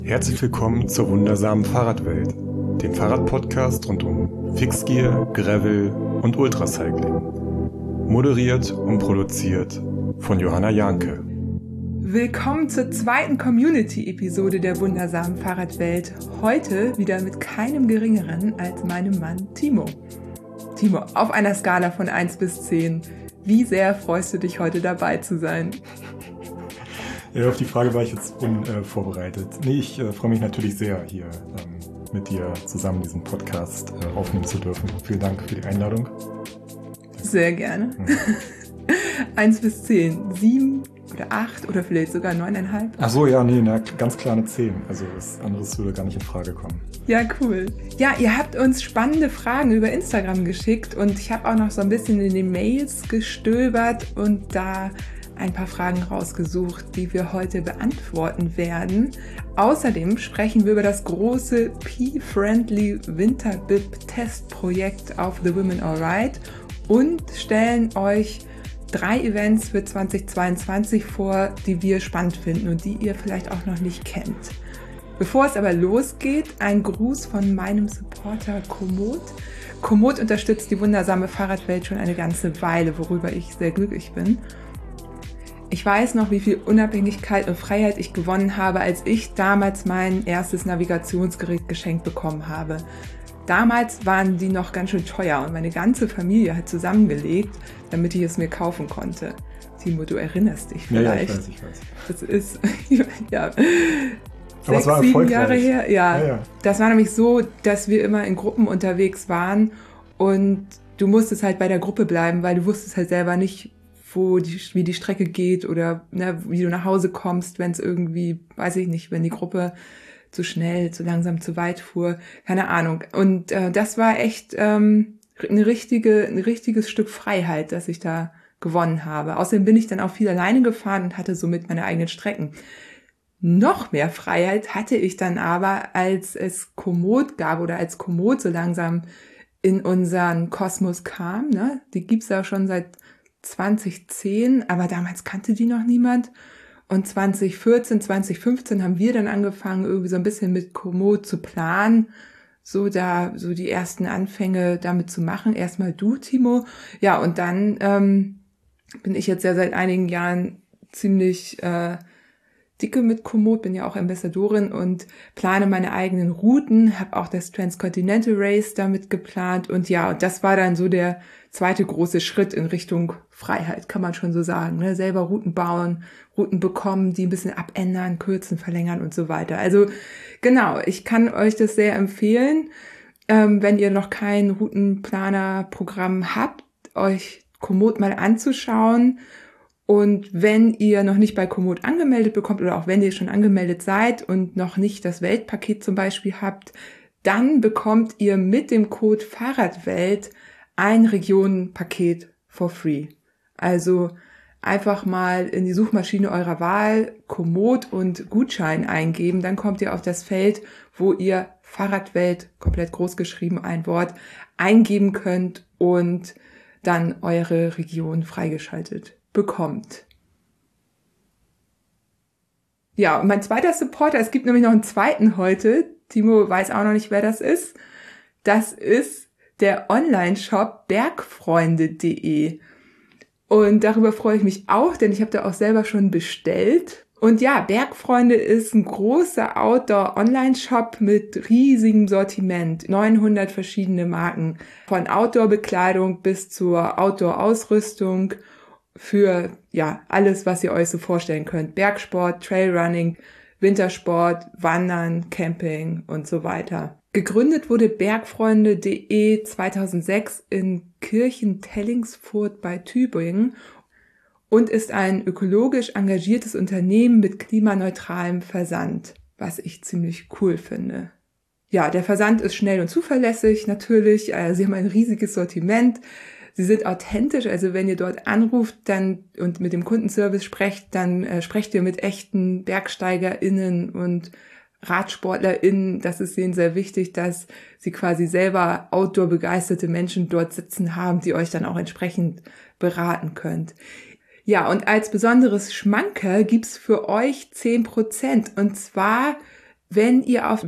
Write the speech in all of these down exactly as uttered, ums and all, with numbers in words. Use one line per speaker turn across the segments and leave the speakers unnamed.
Herzlich willkommen zur wundersamen Fahrradwelt, dem Fahrradpodcast rund um Fixgear, Gravel und Ultracycling. Moderiert und produziert von Johanna Janke.
Willkommen zur zweiten Community-Episode der wundersamen Fahrradwelt. Heute wieder mit keinem Geringeren als meinem Mann Timo. Timo, auf einer Skala von eins bis zehn, wie sehr freust du dich heute dabei zu sein?
Ja, auf die Frage war ich jetzt unvorbereitet. Äh, nee, ich äh, freue mich natürlich sehr, hier ähm, mit dir zusammen diesen Podcast äh, aufnehmen zu dürfen. Vielen Dank für die Einladung.
Sehr gerne. Mhm. eins bis zehn, sieben oder acht oder vielleicht sogar neun Komma fünf?
Ach so, ja, nee, na, ganz klar eine zehn. Also was anderes würde gar nicht in Frage kommen.
Ja, cool. Ja, ihr habt uns spannende Fragen über Instagram geschickt und ich habe auch noch so ein bisschen in den Mails gestöbert und da ein paar Fragen rausgesucht, die wir heute beantworten werden. Außerdem sprechen wir über das große P-Friendly Winterbib-Testprojekt auf The Women Alright und stellen euch drei Events für zweitausendzweiundzwanzig vor, die wir spannend finden und die ihr vielleicht auch noch nicht kennt. Bevor es aber losgeht, ein Gruß von meinem Supporter Komoot. Komoot unterstützt die wundersame Fahrradwelt schon eine ganze Weile, worüber ich sehr glücklich bin. Ich weiß noch, wie viel Unabhängigkeit und Freiheit ich gewonnen habe, als ich damals mein erstes Navigationsgerät geschenkt bekommen habe. Damals waren die noch ganz schön teuer und meine ganze Familie hat zusammengelegt, damit ich es mir kaufen konnte. Timo, du erinnerst dich vielleicht.
Ja, ja, ich weiß, ich weiß.
Das ist, ja,
Aber
sechs, sieben Jahre her. Ja, ja, ja, das war nämlich so, dass wir immer in Gruppen unterwegs waren und du musstest halt bei der Gruppe bleiben, weil du wusstest halt selber nicht, wo die, wie die Strecke geht oder ne, wie du nach Hause kommst, wenn es irgendwie, weiß ich nicht, wenn die Gruppe zu schnell, zu langsam, zu weit fuhr, keine Ahnung. Und äh, das war echt ähm, eine richtige, ein richtiges Stück Freiheit, das ich da gewonnen habe. Außerdem bin ich dann auch viel alleine gefahren und hatte somit meine eigenen Strecken. Noch mehr Freiheit hatte ich dann aber, als es Komoot gab oder als Komoot so langsam in unseren Kosmos kam. Ne? Die gibt's ja schon seit zwanzig zehn, aber damals kannte die noch niemand. Und zwanzig vierzehn, zwanzig fünfzehn haben wir dann angefangen, irgendwie so ein bisschen mit Komoot zu planen, so da so die ersten Anfänge damit zu machen. Erstmal du, Timo. Ja, und dann ähm, bin ich jetzt ja seit einigen Jahren ziemlich äh, dicke mit Komoot, bin ja auch Ambassadorin und plane meine eigenen Routen, habe auch das Transcontinental Race damit geplant und ja, und das war dann so der zweite große Schritt in Richtung Freiheit, kann man schon so sagen, ne? Selber Routen bauen, Routen bekommen, die ein bisschen abändern, kürzen, verlängern und so weiter. Also genau, ich kann euch das sehr empfehlen, ähm, wenn ihr noch kein Routenplaner-Programm habt, euch Komoot mal anzuschauen. Und wenn ihr noch nicht bei Komoot angemeldet bekommt oder auch wenn ihr schon angemeldet seid und noch nicht das Weltpaket zum Beispiel habt, dann bekommt ihr mit dem Code Fahrradwelt ein Regionenpaket for free. Also einfach mal in die Suchmaschine eurer Wahl Komoot und Gutschein eingeben, dann kommt ihr auf das Feld, wo ihr Fahrradwelt, komplett groß geschrieben, ein Wort, eingeben könnt und dann eure Region freigeschaltet bekommt. Ja, und mein zweiter Supporter, es gibt nämlich noch einen zweiten heute, Timo weiß auch noch nicht, wer das ist, das ist der Online-Shop bergfreunde punkt de und darüber freue ich mich auch, denn ich habe da auch selber schon bestellt. Und ja, Bergfreunde ist ein großer Outdoor-Online-Shop mit riesigem Sortiment, neunhundert verschiedene Marken, von Outdoor-Bekleidung bis zur Outdoor-Ausrüstung, für ja alles, was ihr euch so vorstellen könnt. Bergsport, Trailrunning, Wintersport, Wandern, Camping und so weiter. Gegründet wurde bergfreunde punkt de zweitausendsechs in Kirchen-Tellingsfurt bei Tübingen und ist ein ökologisch engagiertes Unternehmen mit klimaneutralem Versand, was ich ziemlich cool finde. Ja, der Versand ist schnell und zuverlässig natürlich. Sie haben ein riesiges Sortiment. Sie sind authentisch, also wenn ihr dort anruft dann und mit dem Kundenservice sprecht, dann äh, sprecht ihr mit echten BergsteigerInnen und RadsportlerInnen. Das ist ihnen sehr wichtig, dass sie quasi selber outdoor-begeisterte Menschen dort sitzen haben, die euch dann auch entsprechend beraten könnt. Ja, und als besonderes Schmankerl gibt's für euch zehn Prozent und zwar wenn ihr auf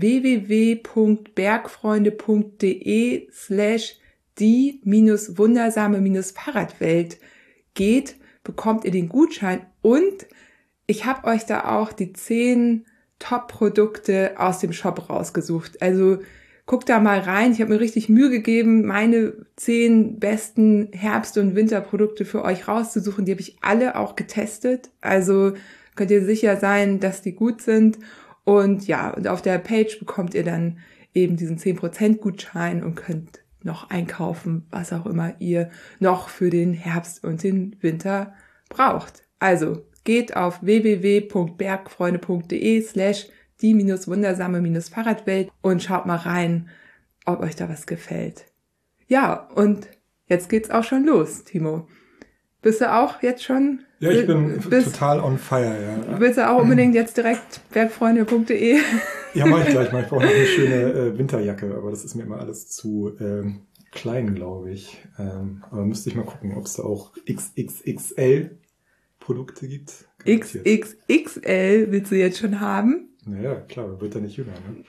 www.bergfreunde.de slash die minus wundersame minus Fahrradwelt geht, bekommt ihr den Gutschein und ich habe euch da auch die zehn Top-Produkte aus dem Shop rausgesucht. Also guckt da mal rein. Ich habe mir richtig Mühe gegeben, meine zehn besten Herbst- und Winterprodukte für euch rauszusuchen. Die habe ich alle auch getestet. Also könnt ihr sicher sein, dass die gut sind. Und ja, und auf der Page bekommt ihr dann eben diesen zehn Prozent Gutschein und könnt noch einkaufen, was auch immer ihr noch für den Herbst und den Winter braucht. Also geht auf www.bergfreunde.de slash die minus wundersame minus Fahrradwelt und schaut mal rein, ob euch da was gefällt. Ja, und jetzt geht's auch schon los, Timo. Bist du auch jetzt schon?
Ja, ich bin bist, total on fire, ja.
Willst du auch unbedingt jetzt direkt bergfreunde.de?
Ja, mach ich gleich mal. Ich brauche noch eine schöne äh, Winterjacke, aber das ist mir immer alles zu ähm, klein, glaube ich. Ähm, aber müsste ich mal gucken, ob es da auch X X X L Produkte gibt.
X X X L willst du jetzt schon haben?
Naja, klar, wird er nicht jünger, ne?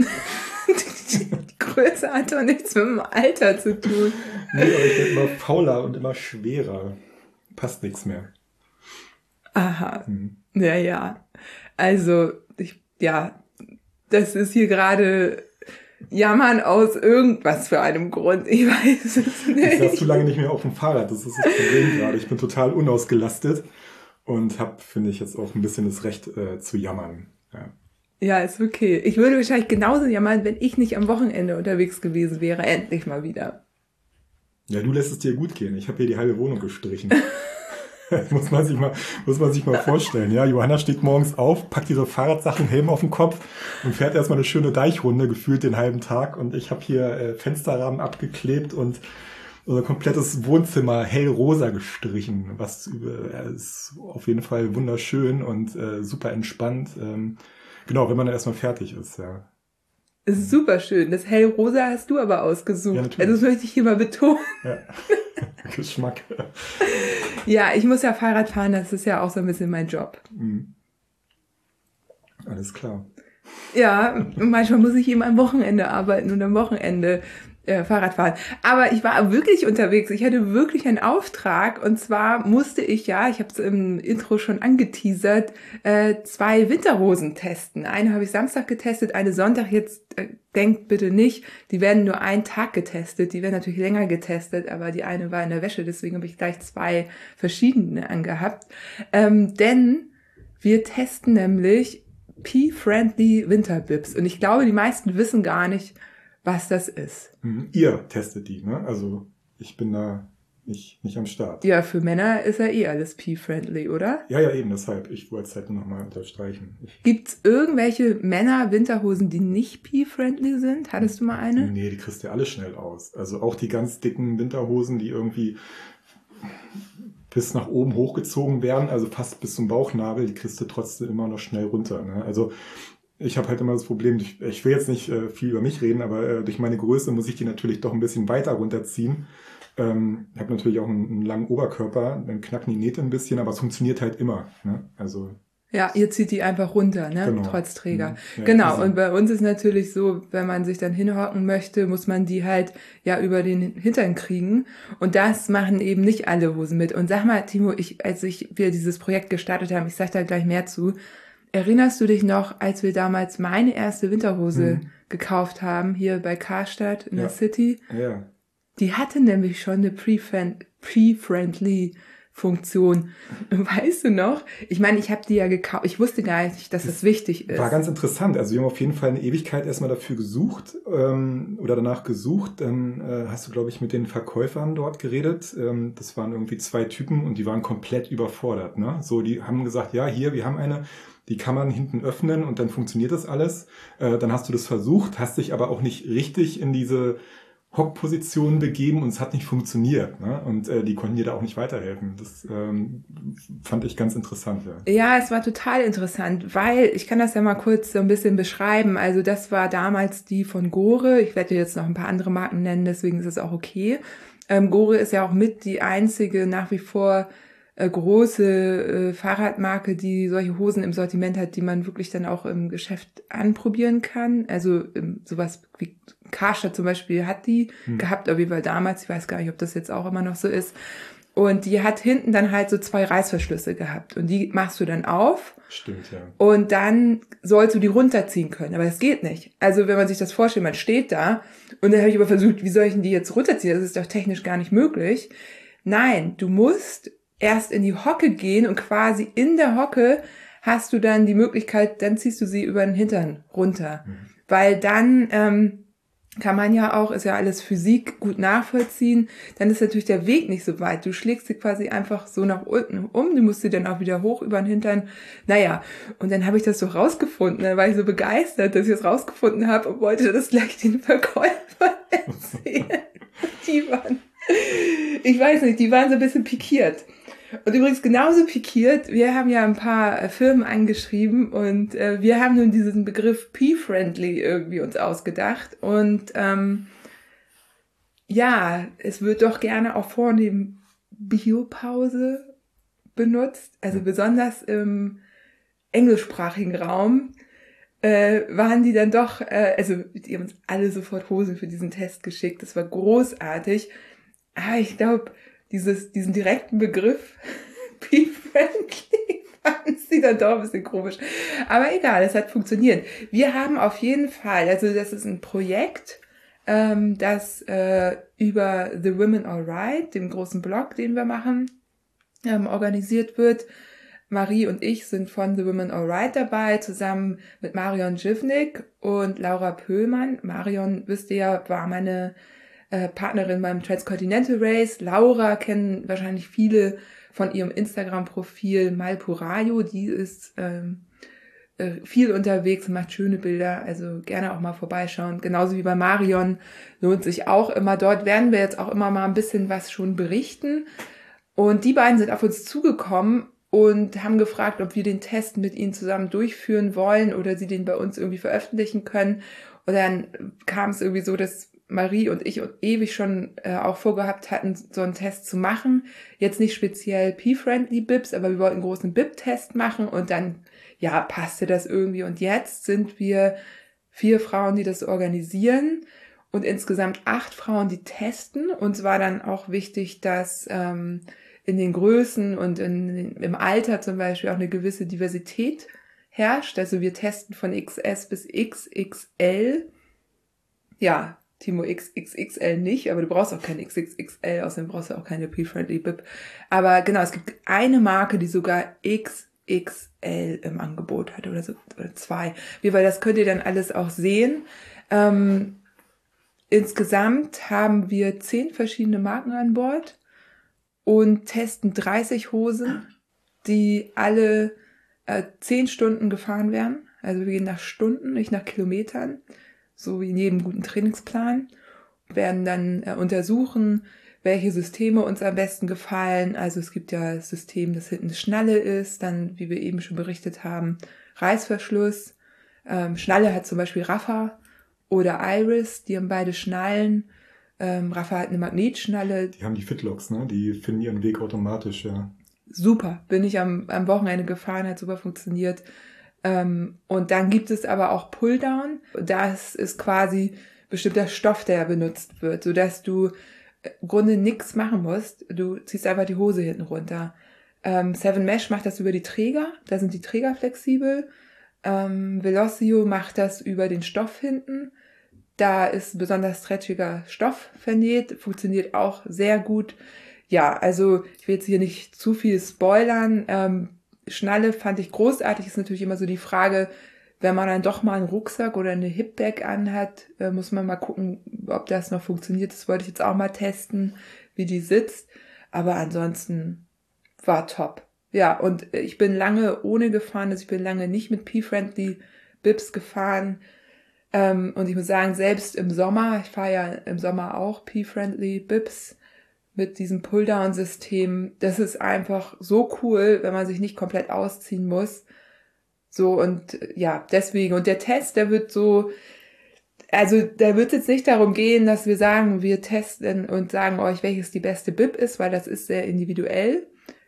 Die Größe hat doch nichts mit dem Alter zu tun.
Nee, aber ich werde immer fauler und immer schwerer. Passt nichts mehr.
Aha. Hm. Ja, ja. Also, ich, ja, das ist hier gerade Jammern aus irgendwas für einem Grund. Ich weiß es nicht.
Ich saß zu lange nicht mehr auf dem Fahrrad. Das ist das Problem gerade. Ich bin total unausgelastet und habe, finde ich, jetzt auch ein bisschen das Recht äh, zu jammern. Ja.
Ja, ist okay. Ich würde wahrscheinlich genauso jammern, wenn ich nicht am Wochenende unterwegs gewesen wäre. Endlich mal wieder.
Ja, du lässt es dir gut gehen. Ich habe hier die halbe Wohnung gestrichen. muss man sich mal, muss man sich mal vorstellen. Ja, Johanna steht morgens auf, packt ihre Fahrradsachen, Helm auf den Kopf und fährt erstmal eine schöne Deichrunde, gefühlt den halben Tag. Und ich habe hier äh, Fensterrahmen abgeklebt und unser komplettes Wohnzimmer hellrosa gestrichen. Was über, ja, ist auf jeden Fall wunderschön und äh, super entspannt. Ähm, Genau, wenn man dann erstmal fertig ist, ja.
Es ist super schön. Das hellrosa hast du aber ausgesucht. Ja, also das möchte ich hier mal betonen.
Ja. Geschmack.
Ja, ich muss ja Fahrrad fahren, das ist ja auch so ein bisschen mein Job.
Mhm. Alles klar.
Ja, und manchmal muss ich eben am Wochenende arbeiten und am Wochenende äh, Fahrrad fahren. Aber ich war wirklich unterwegs. Ich hatte wirklich einen Auftrag und zwar musste ich ja, ich habe es im Intro schon angeteasert, äh, zwei Winterhosen testen. Eine habe ich Samstag getestet, eine Sonntag. Jetzt äh, denkt bitte nicht, die werden nur einen Tag getestet. Die werden natürlich länger getestet, aber die eine war in der Wäsche, deswegen habe ich gleich zwei verschiedene angehabt. Ähm, denn wir testen nämlich Pee-Friendly Winterbibs und ich glaube, die meisten wissen gar nicht, was das ist.
Ihr testet die, ne? Also ich bin da nicht, nicht am Start.
Ja, für Männer ist ja eh alles Pee-Friendly, oder?
Ja, ja, eben, deshalb. Ich wollte es halt nochmal unterstreichen. Ich
Gibt's irgendwelche Männer-Winterhosen, die nicht Pee-Friendly sind? Hattest du mal eine?
Nee, die kriegst du alle schnell aus. Also auch die ganz dicken Winterhosen, die irgendwie bis nach oben hochgezogen werden, also fast bis zum Bauchnabel, die kriegst du trotzdem immer noch schnell runter, ne? Also ich habe halt immer das Problem, ich, ich will jetzt nicht äh, viel über mich reden, aber äh, durch meine Größe muss ich die natürlich doch ein bisschen weiter runterziehen. Ähm, ich habe natürlich auch einen, einen langen Oberkörper, dann knacken die Nähte ein bisschen, aber es funktioniert halt immer, ne? Also
ja, ihr zieht die einfach runter, ne?
Genau.
Trotz Träger.
Ja,
genau,
also.
Und bei uns ist natürlich so, wenn man sich dann hinhocken möchte, muss man die halt ja über den Hintern kriegen. Und das machen eben nicht alle Hosen mit. Und sag mal, Timo, ich, als ich, wir dieses Projekt gestartet haben, ich sag da gleich mehr zu, erinnerst du dich noch, als wir damals meine erste Winterhose mhm. gekauft haben, hier bei Karstadt in
ja.
der City?
Ja.
Die hatte nämlich schon eine Pre-Friendly Funktion. Weißt du noch? Ich meine, ich habe die ja gekauft. Ich wusste gar nicht, dass das, das wichtig ist.
War ganz interessant. Also wir haben auf jeden Fall eine Ewigkeit erstmal dafür gesucht ähm, oder danach gesucht. Dann äh, hast du, glaube ich, mit den Verkäufern dort geredet. Ähm, das waren irgendwie zwei Typen und die waren komplett überfordert. Ne? So, die haben gesagt, ja, hier, wir haben eine, die kann man hinten öffnen und dann funktioniert das alles. Äh, dann hast du das versucht, hast dich aber auch nicht richtig in diese Hockpositionen begeben und es hat nicht funktioniert, ne? Und äh, die konnten dir da auch nicht weiterhelfen. Das ähm, fand ich ganz interessant, ja.
Ja, es war total interessant, weil, ich kann das ja mal kurz so ein bisschen beschreiben, also das war damals die von Gore, ich werde dir jetzt noch ein paar andere Marken nennen, deswegen ist es auch okay. Ähm, Gore ist ja auch mit die einzige nach wie vor äh, große äh, Fahrradmarke, die solche Hosen im Sortiment hat, die man wirklich dann auch im Geschäft anprobieren kann. Also ähm, sowas wie Karstadt zum Beispiel hat die hm. gehabt, auf jeden Fall damals. Ich weiß gar nicht, ob das jetzt auch immer noch so ist. Und die hat hinten dann halt so zwei Reißverschlüsse gehabt. Und die machst du dann auf.
Stimmt, ja.
Und dann sollst du die runterziehen können. Aber das geht nicht. Also wenn man sich das vorstellt, man steht da und dann habe ich aber versucht, wie soll ich denn die jetzt runterziehen? Das ist doch technisch gar nicht möglich. Nein, du musst erst in die Hocke gehen und quasi in der Hocke hast du dann die Möglichkeit, dann ziehst du sie über den Hintern runter. Mhm. Weil dann ähm, kann man ja auch, ist ja alles Physik, gut nachvollziehen, dann ist natürlich der Weg nicht so weit. Du schlägst sie quasi einfach so nach unten um, du musst sie dann auch wieder hoch über den Hintern. Naja, und dann habe ich das so rausgefunden, dann war ich so begeistert, dass ich das rausgefunden habe und wollte das gleich den Verkäufern erzählen. Die waren, ich weiß nicht, die waren so ein bisschen pikiert. Und übrigens genauso pikiert, wir haben ja ein paar Firmen angeschrieben und äh, wir haben nun diesen Begriff Pee-Friendly irgendwie uns ausgedacht und ähm, ja, es wird doch gerne auch vor dem Biopause benutzt, also besonders im englischsprachigen Raum äh, waren die dann doch, äh, also die haben uns alle sofort Hosen für diesen Test geschickt, das war großartig, aber ich glaube, Dieses, diesen direkten Begriff, Pee-Friendly, fanden sie dann doch ein bisschen komisch. Aber egal, es hat funktioniert. Wir haben auf jeden Fall, also das ist ein Projekt, ähm, das äh, über The Women Alright, dem großen Blog, den wir machen, ähm, organisiert wird. Marie und ich sind von The Women Alright dabei, zusammen mit Marion Givnik und Laura Pöhlmann. Marion, wisst ihr ja, war meine Partnerin beim Transcontinental Race. Laura kennen wahrscheinlich viele von ihrem Instagram-Profil Malpurayo. Die ist ähm, äh, viel unterwegs, macht schöne Bilder, also gerne auch mal vorbeischauen. Genauso wie bei Marion lohnt sich auch immer. Dort werden wir jetzt auch immer mal ein bisschen was schon berichten. Und die beiden sind auf uns zugekommen und haben gefragt, ob wir den Test mit ihnen zusammen durchführen wollen oder sie den bei uns irgendwie veröffentlichen können. Und dann kam es irgendwie so, dass Marie und ich ewig schon äh, auch vorgehabt hatten, so einen Test zu machen. Jetzt nicht speziell Pee-Friendly Bibs, aber wir wollten einen großen Bib-Test machen und dann, ja, passte das irgendwie. Und jetzt sind wir vier Frauen, die das organisieren und insgesamt acht Frauen, die testen. Uns war dann auch wichtig, dass ähm, in den Größen und in, im Alter zum Beispiel auch eine gewisse Diversität herrscht. Also wir testen von X S bis X X L. Ja, Timo, X X X L nicht, aber du brauchst auch kein X X X L, außerdem brauchst du auch keine Pee-Friendly Bib. Aber genau, es gibt eine Marke, die sogar X X L im Angebot hat oder so, oder zwei. Wie, weil das könnt ihr dann alles auch sehen. Ähm, insgesamt haben wir zehn verschiedene Marken an Bord und testen dreißig Hosen, die alle äh, zehn Stunden gefahren werden. Also wir gehen nach Stunden, nicht nach Kilometern. So wie in jedem guten Trainingsplan, werden dann äh, untersuchen, welche Systeme uns am besten gefallen. Also es gibt ja das System, das hinten eine Schnalle ist, dann, wie wir eben schon berichtet haben, Reißverschluss. Ähm, Schnalle hat zum Beispiel Rapha oder Iris, die haben beide Schnallen. Ähm, Rapha hat eine Magnetschnalle.
Die haben die Fitlocks, ne? Die finden ihren Weg automatisch, ja.
Super, bin ich am, am Wochenende gefahren, hat super funktioniert. Ähm, und dann gibt es aber auch Pulldown. Das ist quasi bestimmter Stoff, der benutzt wird, sodass du im Grunde nichts machen musst. Du ziehst einfach die Hose hinten runter. Ähm, Seven Mesh macht das über die Träger. Da sind die Träger flexibel. Ähm, Velocio macht das über den Stoff hinten. Da ist besonders stretchiger Stoff vernäht. Funktioniert auch sehr gut. Ja, also ich will jetzt hier nicht zu viel spoilern. Ähm, Schnalle fand ich großartig, ist natürlich immer so die Frage, wenn man dann doch mal einen Rucksack oder eine Hipbag anhat, äh, muss man mal gucken, ob das noch funktioniert. Das wollte ich jetzt auch mal testen, wie die sitzt. Aber ansonsten war top. Ja, und ich bin lange ohne gefahren, also ich bin lange nicht mit Pee-Friendly Bibs gefahren. Ähm, und ich muss sagen, selbst im Sommer, ich fahre ja im Sommer auch Pee-Friendly Bibs, mit diesem Pulldown-System, das ist einfach so cool, wenn man sich nicht komplett ausziehen muss. So, und ja, deswegen. Und der Test, der wird so, also da wird es jetzt nicht darum gehen, dass wir sagen, wir testen und sagen euch, welches die beste Bib ist, weil das ist sehr individuell.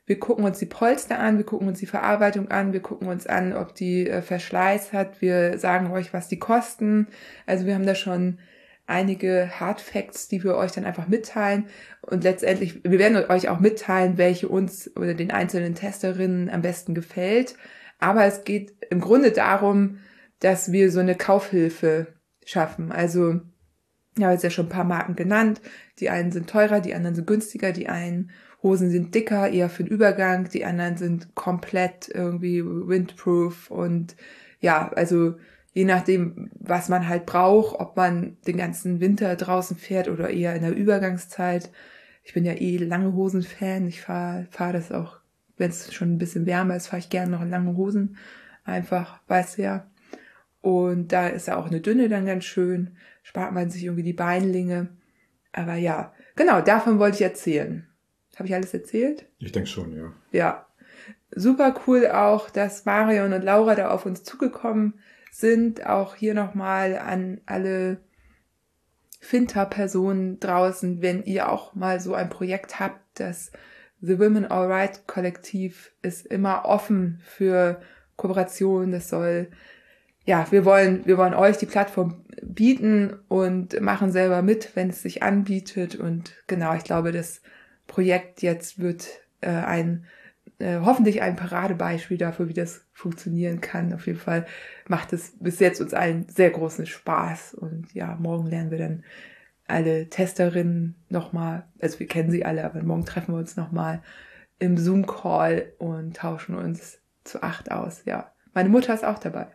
Wir gucken uns die Polster an, wir gucken uns die Verarbeitung an, wir gucken uns an, ob die äh, Verschleiß hat. Wir sagen euch, was die kosten. Also wir haben da schon einige Hard Facts, die wir euch dann einfach mitteilen. Und letztendlich, wir werden euch auch mitteilen, welche uns oder den einzelnen Testerinnen am besten gefällt. Aber es geht im Grunde darum, dass wir so eine Kaufhilfe schaffen. Also, ich habe jetzt ja schon ein paar Marken genannt. Die einen sind teurer, die anderen sind günstiger, die einen Hosen sind dicker, eher für den Übergang, die anderen sind komplett irgendwie windproof und ja, also je nachdem, was man halt braucht, ob man den ganzen Winter draußen fährt oder eher in der Übergangszeit. Ich bin ja eh lange Hosen-Fan, ich fahre fahr das auch, wenn es schon ein bisschen wärmer ist, fahre ich gerne noch in lange Hosen, einfach, weißt du ja. Und da ist ja auch eine dünne dann ganz schön, spart man sich irgendwie die Beinlinge, aber ja, genau, davon wollte ich erzählen. Habe ich alles erzählt?
Ich denke schon, ja.
Ja. Super cool auch, dass Marion und Laura da auf uns zugekommen sind. Auch hier nochmal an alle Finta-Personen draußen, wenn ihr auch mal so ein Projekt habt, das The Women Alright Kollektiv ist immer offen für Kooperation. Das soll, ja, wir wollen, wir wollen euch die Plattform bieten und machen selber mit, wenn es sich anbietet. Und genau, ich glaube, das Projekt jetzt wird äh, ein äh, hoffentlich ein Paradebeispiel dafür, wie das funktionieren kann. Auf jeden Fall macht es bis jetzt uns allen sehr großen Spaß. Und ja, morgen lernen wir dann alle Testerinnen nochmal, also wir kennen sie alle, aber morgen treffen wir uns nochmal im Zoom-Call und tauschen uns zu acht aus. Ja, meine Mutter ist auch dabei.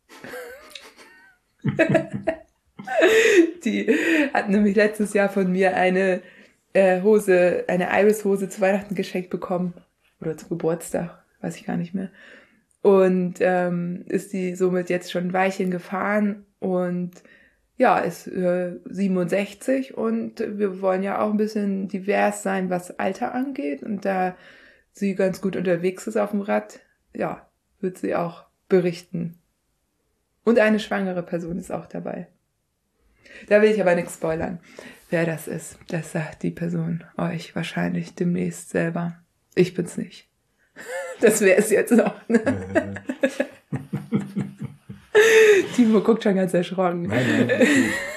Die hat nämlich letztes Jahr von mir eine äh, Hose, eine Iris-Hose zu Weihnachten geschenkt bekommen. Oder zum Geburtstag, weiß ich gar nicht mehr. Und ähm, ist die somit jetzt schon ein Weilchen gefahren und ja, ist äh, siebenundsechzig und wir wollen ja auch ein bisschen divers sein, was Alter angeht. Und da sie ganz gut unterwegs ist auf dem Rad, ja, wird sie auch berichten. Und eine schwangere Person ist auch dabei. Da will ich aber nichts spoilern, wer das ist. Das sagt die Person euch wahrscheinlich demnächst selber. Ich bin's nicht. Das wäre es jetzt noch. Ne? Timo guckt schon ganz erschrocken. Nein, nein,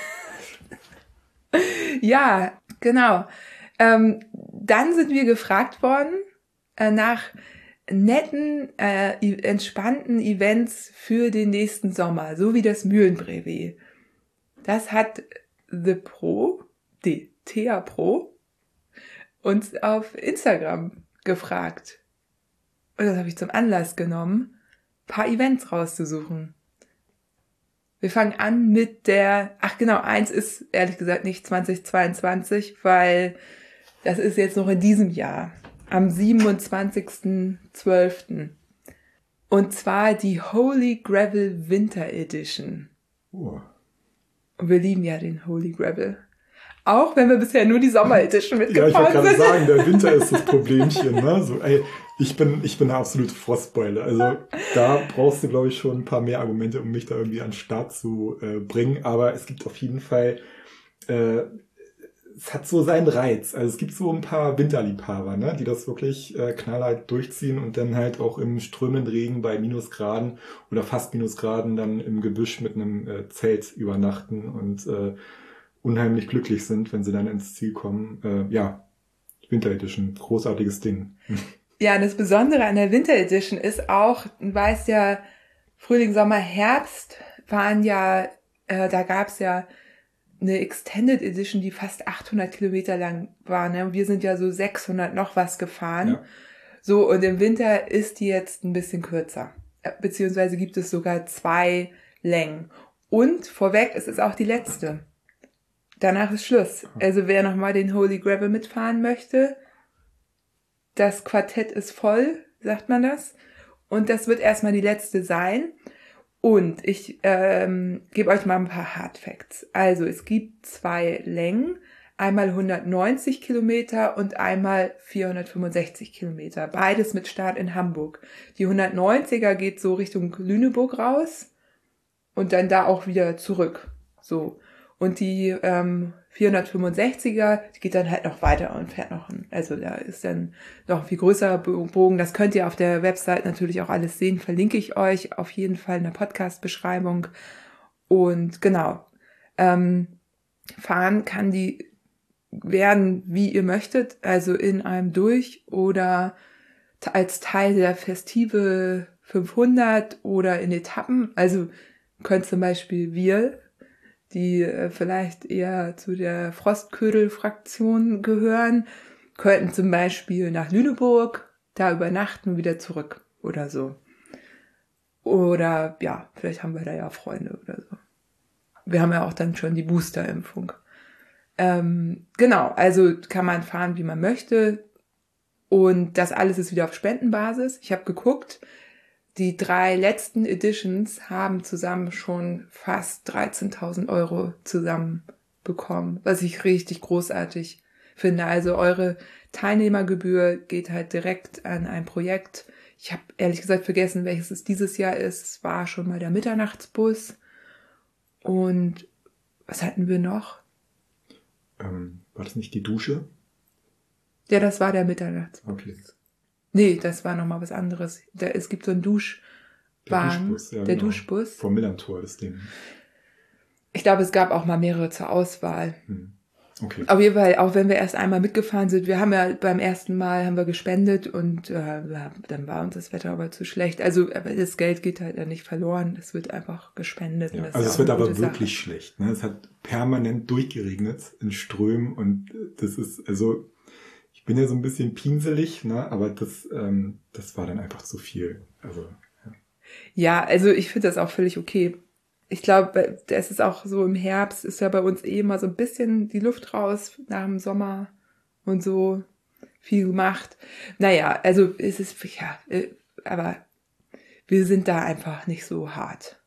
ja, genau. Ähm, dann sind wir gefragt worden äh, nach netten, äh, entspannten Events für den nächsten Sommer, so wie das Mühlenbrevet. Das hat The Pro, die T A Pro, uns auf Instagram gefragt. Und das habe ich zum Anlass genommen, ein paar Events rauszusuchen. Wir fangen an mit der, ach genau, eins ist ehrlich gesagt nicht zweitausendzweiundzwanzig, weil das ist jetzt noch in diesem Jahr, am siebenundzwanzigsten zwölften Und zwar die Holy Gravel Winter Edition. Oh. Und wir lieben ja den Holy Gravel. Auch wenn wir bisher nur die Sommer Edition mitgefahren sind.
Ja, ich wollte gerade sagen, der Winter ist das Problemchen. Ne? So, ey, ich bin, ich bin eine absolute Frostbeule. Also da brauchst du, glaube ich, schon ein paar mehr Argumente, um mich da irgendwie an den Start zu äh, bringen. Aber es gibt auf jeden Fall, äh, es hat so seinen Reiz. Also es gibt so ein paar Winterliebhaber, ne, die das wirklich äh, knallhart durchziehen und dann halt auch im strömenden Regen bei Minusgraden oder fast Minusgraden dann im Gebüsch mit einem äh, Zelt übernachten und äh, unheimlich glücklich sind, wenn sie dann ins Ziel kommen. Äh, ja, Winter Edition, großartiges Ding.
Ja, und das Besondere an der Winter Edition ist auch, du weißt ja, Frühling, Sommer, Herbst waren ja, äh, da gab's ja eine Extended Edition, die fast achthundert Kilometer lang war. Ne? Und wir sind ja so sechshundert noch was gefahren. Ja. So, und im Winter ist die jetzt ein bisschen kürzer. Beziehungsweise gibt es sogar zwei Längen. Und vorweg, es ist auch die letzte. Danach ist Schluss. Also wer nochmal den Holy Gravel mitfahren möchte, das Quartett ist voll, sagt man das. Und das wird erstmal die letzte sein. Und ich ähm, gebe euch mal ein paar Hard Facts. Also es gibt zwei Längen, einmal hundertneunzig Kilometer und einmal vierhundertfünfundsechzig Kilometer. Beides mit Start in Hamburg. Die hundertneunziger geht so Richtung Lüneburg raus und dann da auch wieder zurück. So. Und die ähm, vierhundertfünfundsechziger, die geht dann halt noch weiter und fährt noch, ein, also da ist dann noch ein viel größerer Bogen. Das könnt ihr auf der Website natürlich auch alles sehen, verlinke ich euch auf jeden Fall in der Podcast-Beschreibung. Und genau, ähm, fahren kann die werden, wie ihr möchtet, also in einem durch oder als Teil der Festival fünfhundert oder in Etappen. Also könnt zum Beispiel wir, die äh, vielleicht eher zu der Frostködel-Fraktion gehören, könnten zum Beispiel nach Lüneburg, da übernachten und wieder zurück oder so. Oder ja, vielleicht haben wir da ja Freunde oder so. Wir haben ja auch dann schon die Booster-Impfung. Ähm, genau, also kann man fahren, wie man möchte. Und das alles ist wieder auf Spendenbasis. Ich habe geguckt, die drei letzten Editions haben zusammen schon fast dreizehntausend Euro zusammenbekommen, was ich richtig großartig finde. Also eure Teilnehmergebühr geht halt direkt an ein Projekt. Ich habe ehrlich gesagt vergessen, welches es dieses Jahr ist. Es war schon mal der Mitternachtsbus. Und was hatten wir noch?
Ähm, war das nicht die Dusche?
Ja, das war der Mitternachtsbus.
Okay.
Nee, das war nochmal was anderes. Da, es gibt so einen Duschbahn.
Der Duschbus, ja,
der
genau.
Duschbus.
Vom Millantor, das Ding.
Ich glaube, es gab auch mal mehrere zur Auswahl.
Hm. Okay.
Auf jeden Fall, auch wenn wir erst einmal mitgefahren sind, wir haben ja beim ersten Mal haben wir gespendet und äh, dann war uns das Wetter aber zu schlecht. Also aber das Geld geht halt ja nicht verloren, es wird einfach gespendet.
Ja,
das
also
ist
es
ja
wird
eine
aber
gute
wirklich
Sache.
schlecht. Ne? Es hat permanent durchgeregnet in Strömen und das ist, also ich bin ja so ein bisschen pinselig, ne? Aber das, ähm, das war dann einfach zu viel. Also ja,
Ja, also ich finde das auch völlig okay. Ich glaube, es ist auch so im Herbst, ist ja bei uns eh immer so ein bisschen die Luft raus nach dem Sommer und so viel gemacht. Naja, also es ist, ja, äh, aber wir sind da einfach nicht so hart.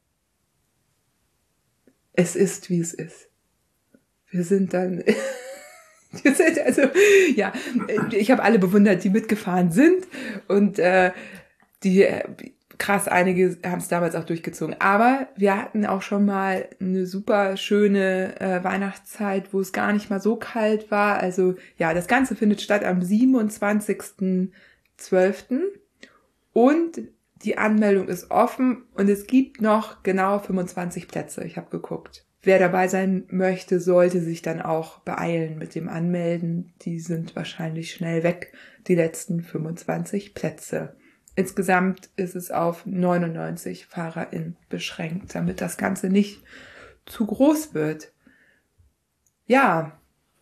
Es ist, wie es ist. Wir sind dann, wir sind also, ja, ich habe alle bewundert, die mitgefahren sind und äh, die, krass, einige haben es damals auch durchgezogen. Aber wir hatten auch schon mal eine super schöne äh, Weihnachtszeit, wo es gar nicht mal so kalt war. Also ja, das Ganze findet statt am siebenundzwanzigsten zwölften und die Anmeldung ist offen und es gibt noch genau fünfundzwanzig Plätze. Ich habe geguckt. Wer dabei sein möchte, sollte sich dann auch beeilen mit dem Anmelden. Die sind wahrscheinlich schnell weg, die letzten fünfundzwanzig Plätze. Insgesamt ist es auf neunundneunzig FahrerInnen beschränkt, damit das Ganze nicht zu groß wird. Ja,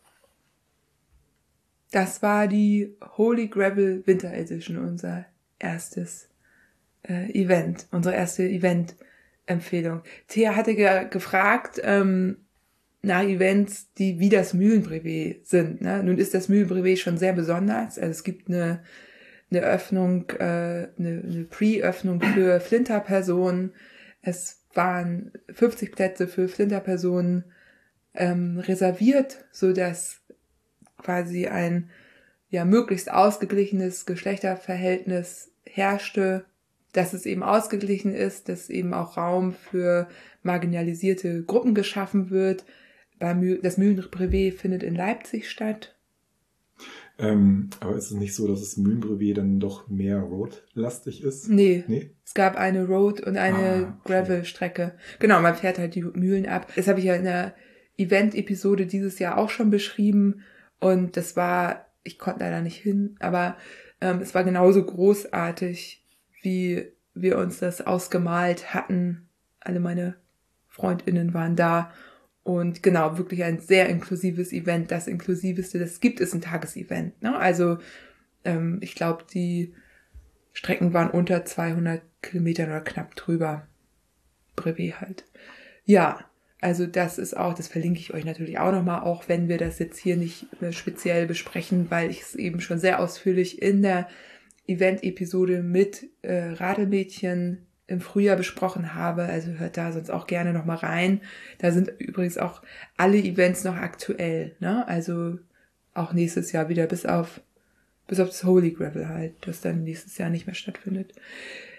das war die Holy Gravel Winter Edition, unser erstes äh, Event, unsere erste Event-Empfehlung. Thea hatte ge- gefragt ähm, nach Events, die wie das Mühlenbrevet sind. Ne? Nun ist das Mühlenbrevet schon sehr besonders. Also es gibt eine eine Öffnung, äh, eine, eine Pre-Öffnung für Flinterpersonen. Es waren fünfzig Plätze für Flinterpersonen ähm, reserviert, so dass quasi ein ja möglichst ausgeglichenes Geschlechterverhältnis herrschte, dass es eben ausgeglichen ist, dass eben auch Raum für marginalisierte Gruppen geschaffen wird. Beim das Mühlenbrevet findet in Leipzig statt.
Ähm, aber ist es nicht so, dass das Mühlenbrevet dann doch mehr roadlastig ist?
Nee.
Nee.
Es gab eine Road- und eine
Ah, okay.
Gravel-Strecke. Genau, man fährt halt die Mühlen ab. Das habe ich ja in der Event-Episode dieses Jahr auch schon beschrieben. Und das war, ich konnte leider nicht hin, aber ähm, es war genauso großartig, wie wir uns das ausgemalt hatten. Alle meine FreundInnen waren da. Und genau, wirklich ein sehr inklusives Event. Das inklusiveste, das es gibt, ist ein Tagesevent. Ne? Also ähm, ich glaube, die Strecken waren unter zweihundert Kilometern oder knapp drüber. Brevet halt. Ja, also das ist auch, das verlinke ich euch natürlich auch nochmal, auch wenn wir das jetzt hier nicht speziell besprechen, weil ich es eben schon sehr ausführlich in der Event-Episode mit äh, Radelmädchen im Frühjahr besprochen habe. Also hört da sonst auch gerne nochmal rein. Da sind übrigens auch alle Events noch aktuell. Ne? Also auch nächstes Jahr wieder bis auf bis auf das Holy Gravel halt, das dann nächstes Jahr nicht mehr stattfindet.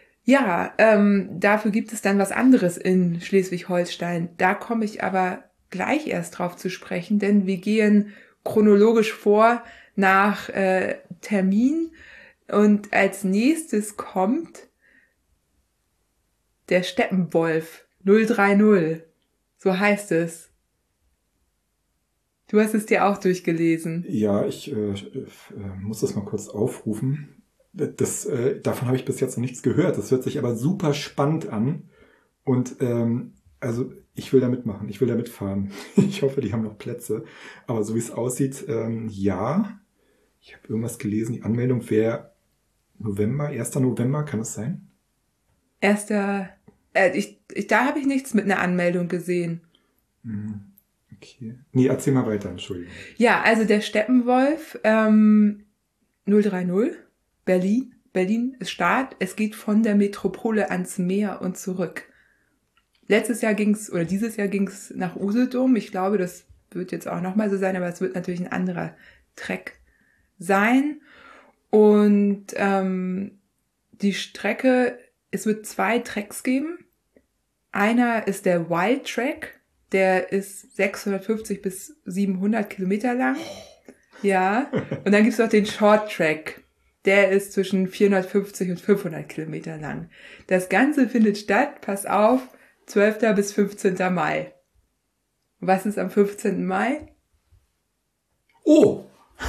Ja, ähm, dafür gibt es dann was anderes in Schleswig-Holstein. Da komme ich aber gleich erst drauf zu sprechen, denn wir gehen chronologisch vor nach äh, Termin und als nächstes kommt der Steppenwolf null drei null. So heißt es. Du hast es dir auch durchgelesen.
Ja, ich äh, äh, muss das mal kurz aufrufen. Das, äh, davon habe ich bis jetzt noch nichts gehört. Das hört sich aber super spannend an. Und ähm, also ich will da mitmachen, ich will da mitfahren. Ich hoffe, die haben noch Plätze. Aber so wie es aussieht, ähm, ja. Ich habe irgendwas gelesen, die Anmeldung wäre November, erster November, kann es sein?
Erster, äh, ich, ich, da habe ich nichts mit einer Anmeldung gesehen.
Mhm. Okay. Nee, erzähl mal weiter, Entschuldigung.
Ja, also der Steppenwolf ähm, null drei null, Berlin. Berlin ist Start. Es geht von der Metropole ans Meer und zurück. Letztes Jahr ging's oder dieses Jahr ging's nach Usedom. Ich glaube, das wird jetzt auch nochmal so sein, aber es wird natürlich ein anderer Trek sein. Und ähm, die Strecke, es wird zwei Treks geben. Einer ist der Wild Trek. Der ist sechshundertfünfzig bis siebenhundert Kilometer lang. Ja. Und dann gibt's noch den Short Track. Der ist zwischen vierhundertfünfzig und fünfhundert Kilometer lang. Das Ganze findet statt, pass auf, zwölfter bis fünfzehnter Mai. Was ist am fünfzehnten Mai?
Oh!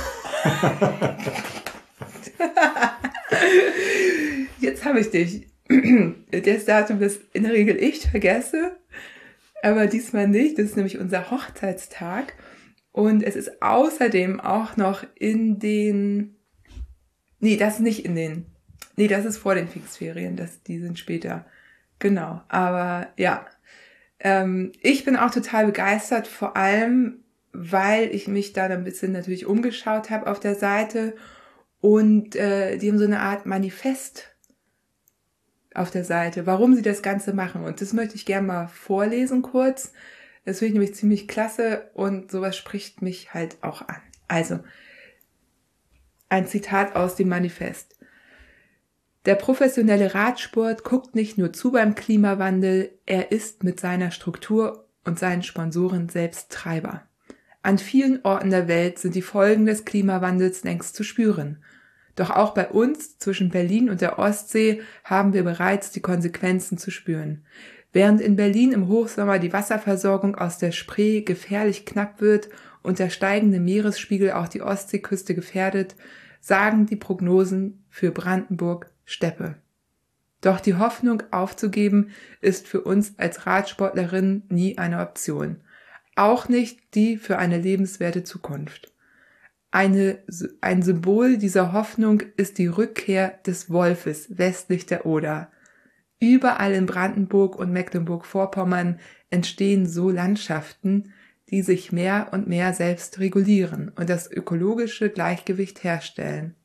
Jetzt habe ich dich. Das Datum, das in der Regel ich vergesse. Aber diesmal nicht, das ist nämlich unser Hochzeitstag und es ist außerdem auch noch in den, nee, das ist nicht in den, nee, das ist vor den Pfingstferien, das, die sind später, genau, aber ja, ähm, ich bin auch total begeistert, vor allem, weil ich mich da ein bisschen natürlich umgeschaut habe auf der Seite und äh, die haben so eine Art Manifest auf der Seite, warum sie das Ganze machen. Und das möchte ich gerne mal vorlesen kurz. Das finde ich nämlich ziemlich klasse und sowas spricht mich halt auch an. Also, ein Zitat aus dem Manifest. Der professionelle Radsport guckt nicht nur zu beim Klimawandel, er ist mit seiner Struktur und seinen Sponsoren selbst Treiber. An vielen Orten der Welt sind die Folgen des Klimawandels längst zu spüren. Doch auch bei uns zwischen Berlin und der Ostsee haben wir bereits die Konsequenzen zu spüren. Während in Berlin im Hochsommer die Wasserversorgung aus der Spree gefährlich knapp wird und der steigende Meeresspiegel auch die Ostseeküste gefährdet, sagen die Prognosen für Brandenburg Steppe. Doch die Hoffnung aufzugeben ist für uns als Radsportlerinnen nie eine Option. Auch nicht die für eine lebenswerte Zukunft. Eine, ein Symbol dieser Hoffnung ist die Rückkehr des Wolfes westlich der Oder. Überall in Brandenburg und Mecklenburg-Vorpommern entstehen so Landschaften, die sich mehr und mehr selbst regulieren und das ökologische Gleichgewicht herstellen.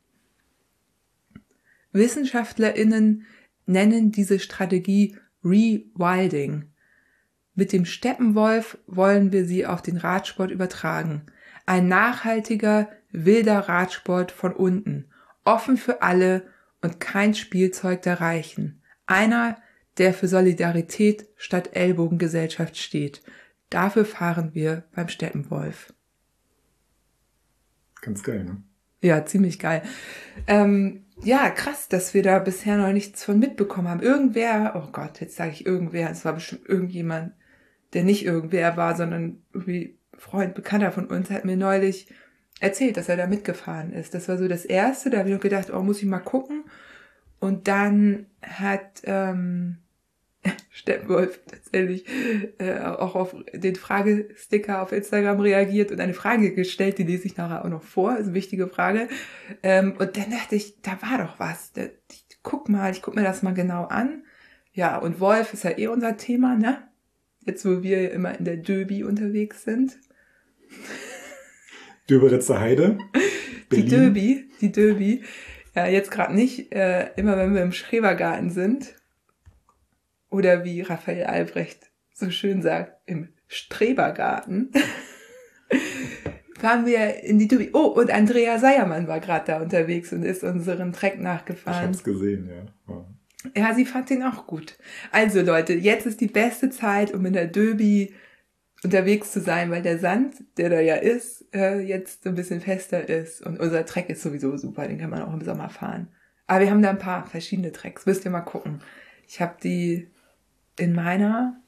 WissenschaftlerInnen nennen diese Strategie Rewilding. Mit dem Steppenwolf wollen wir sie auf den Radsport übertragen. Ein nachhaltiger, wilder Radsport von unten, offen für alle und kein Spielzeug der Reichen. Einer, der für Solidarität statt Ellbogengesellschaft steht. Dafür fahren wir beim Steppenwolf.
Ganz geil, ne?
Ja, ziemlich geil. Ähm, ja, krass, dass wir da bisher noch nichts von mitbekommen haben. Irgendwer, oh Gott, jetzt sage ich irgendwer, es war bestimmt irgendjemand, der nicht irgendwer war, sondern irgendwie Freund, Bekannter von uns, hat mir neulich erzählt, dass er da mitgefahren ist. Das war so das Erste, da habe ich noch gedacht, oh, muss ich mal gucken. Und dann hat ähm, Steppenwolf tatsächlich äh, auch auf den Fragesticker auf Instagram reagiert und eine Frage gestellt, die lese ich nachher auch noch vor, ist eine wichtige Frage. Ähm, und dann dachte ich, da war doch was. Da, ich guck mal, ich guck mir das mal genau an. Ja, und Wolf ist ja eh unser Thema, ne? Jetzt, wo wir immer in der Döbi unterwegs sind.
Döberitzer Heide.
Die Döbi, die Döbi. Ja, jetzt gerade nicht, äh, immer wenn wir im Schrebergarten sind. Oder wie Raphael Albrecht so schön sagt, im Strebergarten. Fahren wir in die Döbi. Oh, und Andrea Seiermann war gerade da unterwegs und ist unseren Trek nachgefahren.
Ich hab's gesehen, ja. ja.
Ja, sie fand den auch gut. Also Leute, jetzt ist die beste Zeit, um in der Döbi unterwegs zu sein, weil der Sand, der da ja ist, äh, jetzt so ein bisschen fester ist. Und unser Track ist sowieso super, den kann man auch im Sommer fahren. Aber wir haben da ein paar verschiedene Tracks, müsst ihr mal gucken. Ich habe die in meiner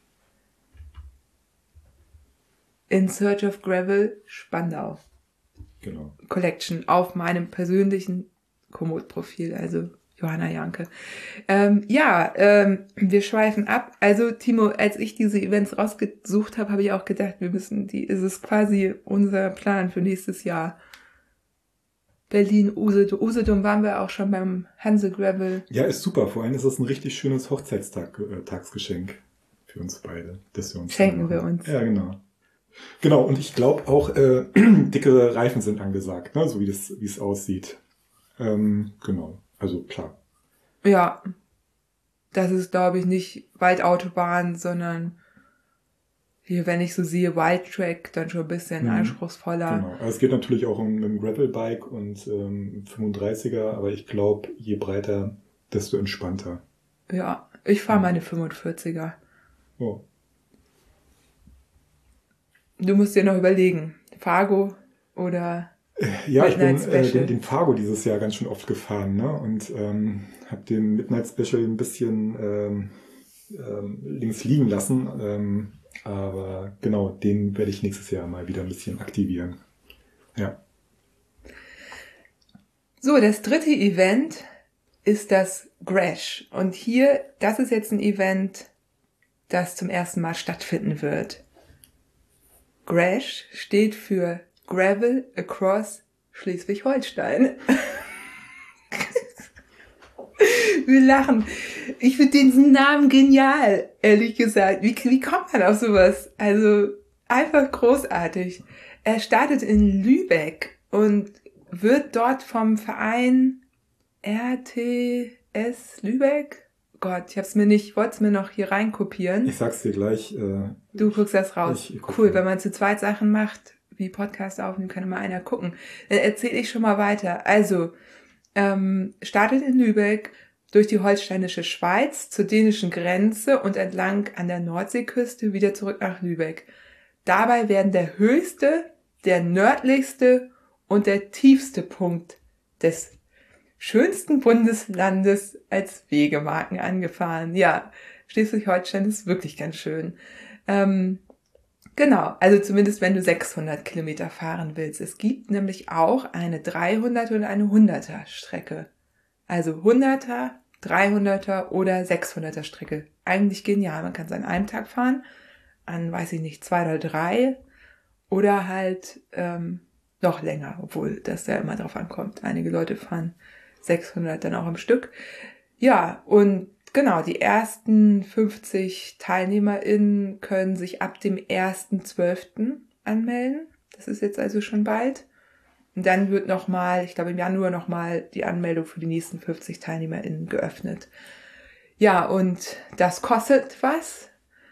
In Search of Gravel Spandau
genau.
Collection auf meinem persönlichen Komoot-Profil, also Johanna Janke. Ähm, ja, ähm, wir schweifen ab. Also Timo, als ich diese Events rausgesucht habe, habe ich auch gedacht, wir müssen die, ist es quasi unser Plan für nächstes Jahr. Berlin, Usedom. Usedom waren wir auch schon beim Hansel Gravel.
Ja, ist super. Vor allem ist das ein richtig schönes Hochzeitstagsgeschenk für uns beide. Dass wir uns
Schenken wir uns.
Ja, genau. Genau, und ich glaube auch, äh, dickere Reifen sind angesagt, ne? So wie das, wie es aussieht. Ähm, genau. Also klar.
Ja, das ist, glaube ich, nicht Waldautobahn, sondern hier, wenn ich so sehe, Wildtrack, dann schon ein bisschen
mhm.
anspruchsvoller.
Genau. Also es geht natürlich auch um ein Gravelbike und ähm, fünfunddreißiger, aber ich glaube, je breiter, desto entspannter.
Ja, ich fahre meine fünfundvierziger.
Oh.
Du musst dir noch überlegen, Fargo oder
ja, ich bin äh, den, den Fargo dieses Jahr ganz schön oft gefahren, ne? Und ähm, habe den Midnight Special ein bisschen ähm, ähm, links liegen lassen. Ähm, aber genau, den werde ich nächstes Jahr mal wieder ein bisschen aktivieren. Ja.
So, das dritte Event ist das Grash. Und hier, das ist jetzt ein Event, das zum ersten Mal stattfinden wird. Grash steht für Gravel Across Schleswig-Holstein. Wir lachen. Ich finde diesen Namen genial, ehrlich gesagt. Wie, wie kommt man auf sowas? Also einfach großartig. Er startet in Lübeck und wird dort vom Verein R T S Lübeck. Gott, ich hab's mir nicht, wollte es mir noch hier reinkopieren.
Ich sag's dir gleich. Äh,
du guckst das raus.
Ich, ich guck
cool,
mal.
Wenn man zu zweit Sachen macht, wie Podcast aufnehmen, kann immer einer gucken. Dann erzähle ich schon mal weiter. Also, ähm, startet in Lübeck durch die holsteinische Schweiz zur dänischen Grenze und entlang an der Nordseeküste wieder zurück nach Lübeck. Dabei werden der höchste, der nördlichste und der tiefste Punkt des schönsten Bundeslandes als Wegemarken angefahren. Ja, Schleswig-Holstein ist wirklich ganz schön. Ähm, genau, also zumindest wenn du sechshundert Kilometer fahren willst. Es gibt nämlich auch eine dreihundert und eine hunderter Strecke. Also hunderter, dreihunderter oder sechshunderter Strecke. Eigentlich genial. Man kann es an einem Tag fahren, an, weiß ich nicht, zwei oder drei oder halt ähm, noch länger, obwohl das ja immer drauf ankommt. Einige Leute fahren sechshundert dann auch am Stück. Ja, und genau, die ersten fünfzig TeilnehmerInnen können sich ab dem ersten zwölften anmelden. Das ist jetzt also schon bald. Und dann wird nochmal, ich glaube im Januar nochmal die Anmeldung für die nächsten fünfzig TeilnehmerInnen geöffnet. Ja, und das kostet was?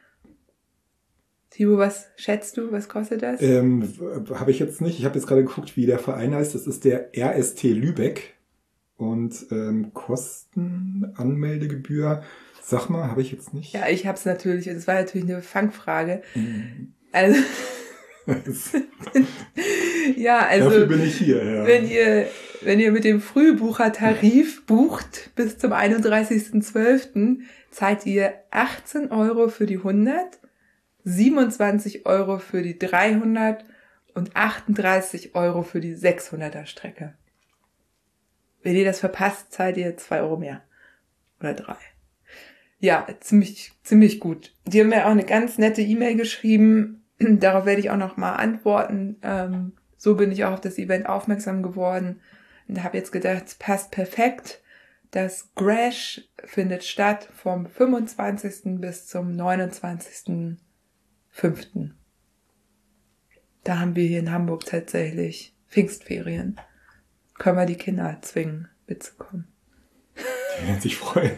Timo, was schätzt du? Was kostet das?
Ähm, habe ich jetzt nicht. Ich habe jetzt gerade geguckt, wie der Verein heißt. Das ist der R S T Lübeck. Und ähm, Kosten, Anmeldegebühr, sag mal, habe ich jetzt nicht.
Ja, ich habe es natürlich, das war natürlich eine Fangfrage.
Mhm.
Also, ja, also
dafür bin ich hier. Ja.
Wenn ihr, wenn ihr mit dem Frühbuchertarif bucht bis zum einunddreißigsten zwölften zahlt ihr achtzehn Euro für die hundert, siebenundzwanzig Euro für die dreihundert und achtunddreißig Euro für die sechshunderter Strecke. Wenn ihr das verpasst, zahlt ihr zwei Euro mehr. Oder drei. Ja, ziemlich, ziemlich gut. Die haben mir auch eine ganz nette E-Mail geschrieben. Darauf werde ich auch noch mal antworten. Ähm, so bin ich auch auf das Event aufmerksam geworden. Und habe jetzt gedacht, es passt perfekt. Das Grash findet statt vom fünfundzwanzigsten bis zum neunundzwanzigsten fünften Da haben wir hier in Hamburg tatsächlich Pfingstferien. Können wir die Kinder zwingen, mitzukommen.
Die werden sich freuen.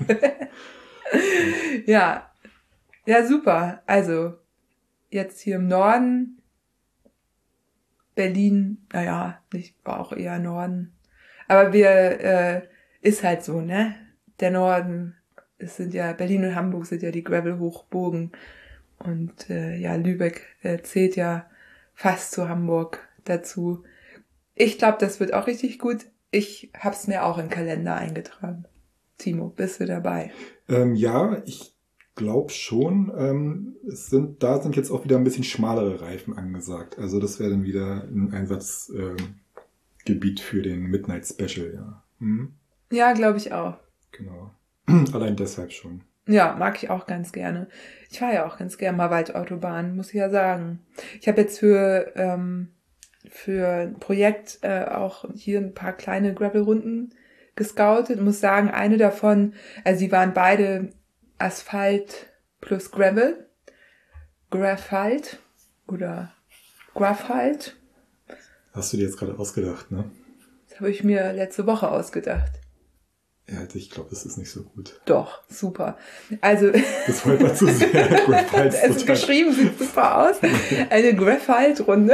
Ja, ja, super. Also, jetzt hier im Norden, Berlin, naja, nicht, war auch eher Norden. Aber wir, äh, ist halt so, ne? Der Norden, es sind ja, Berlin und Hamburg sind ja die Gravel-Hochburgen. Und äh, ja, Lübeck äh, zählt ja fast zu Hamburg dazu. Ich glaube, das wird auch richtig gut. Ich hab's mir auch in den Kalender eingetragen. Timo, bist du dabei?
Ähm, ja, ich glaube schon. Ähm, es sind, da sind jetzt auch wieder ein bisschen schmalere Reifen angesagt. Also das wäre dann wieder ein Einsatzgebiet ähm, für den Midnight Special, ja. Mhm.
Ja, glaube ich auch.
Genau. Allein deshalb schon.
Ja, mag ich auch ganz gerne. Ich fahre ja auch ganz gerne mal Waldautobahn, muss ich ja sagen. Ich habe jetzt für ähm, für ein Projekt äh, auch hier ein paar kleine Gravel-Runden gescoutet. Ich muss sagen, eine davon, also die waren beide Asphalt plus Gravel. Graphite oder Graphite.
Hast du dir jetzt gerade ausgedacht, ne?
Das habe ich mir letzte Woche ausgedacht.
Ja, ich glaube, das ist nicht so gut.
Doch, super. Also
das war immer zu sehr. Graphite
es ist geschrieben, sieht super aus. Eine Graphite-Runde.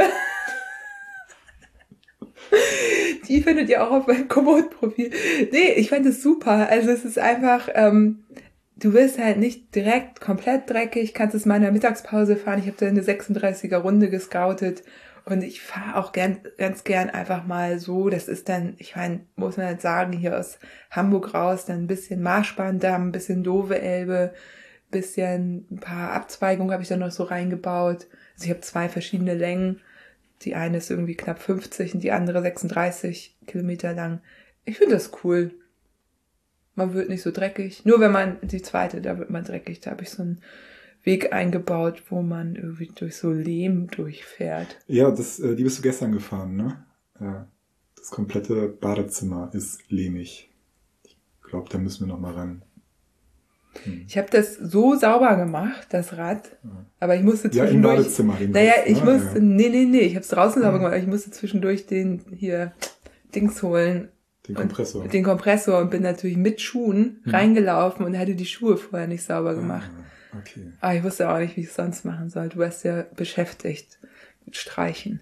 Die findet ihr auch auf meinem Komoot-Profil. Nee, ich fand es super. Also es ist einfach, ähm, du wirst halt nicht direkt komplett dreckig, kannst es mal in der Mittagspause fahren. Ich habe da eine sechsunddreißiger Runde gescoutet und ich fahre auch gern, ganz gern einfach mal so. Das ist dann, ich meine, muss man halt sagen, hier aus Hamburg raus, dann ein bisschen Marschbahndamm, ein bisschen Dove Elbe, ein bisschen ein paar Abzweigungen habe ich dann noch so reingebaut. Also ich habe zwei verschiedene Längen. Die eine ist irgendwie knapp fünfzig und die andere sechsunddreißig Kilometer lang. Ich finde das cool. Man wird nicht so dreckig. Nur wenn man, die zweite, da wird man dreckig. Da habe ich so einen Weg eingebaut, wo man irgendwie durch so Lehm durchfährt.
Ja, das, die bist du gestern gefahren, ne? Ja. Das komplette Badezimmer ist lehmig. Ich glaube, da müssen wir noch mal ran. Hm.
Ich habe das so sauber gemacht, das Rad, aber ich musste zwischendurch...
Ja, im Badezimmer. Den
naja,
Rest,
ich
ne?
musste... Ja. Nee, nee, nee, ich habe es draußen sauber gemacht, aber ich musste zwischendurch den hier Dings holen.
Den Kompressor.
Den Kompressor und bin natürlich mit Schuhen hm. reingelaufen und hatte die Schuhe vorher nicht sauber gemacht.
Ah, okay.
Aber ich wusste auch nicht, wie ich es sonst machen soll. Du warst ja beschäftigt mit Streichen.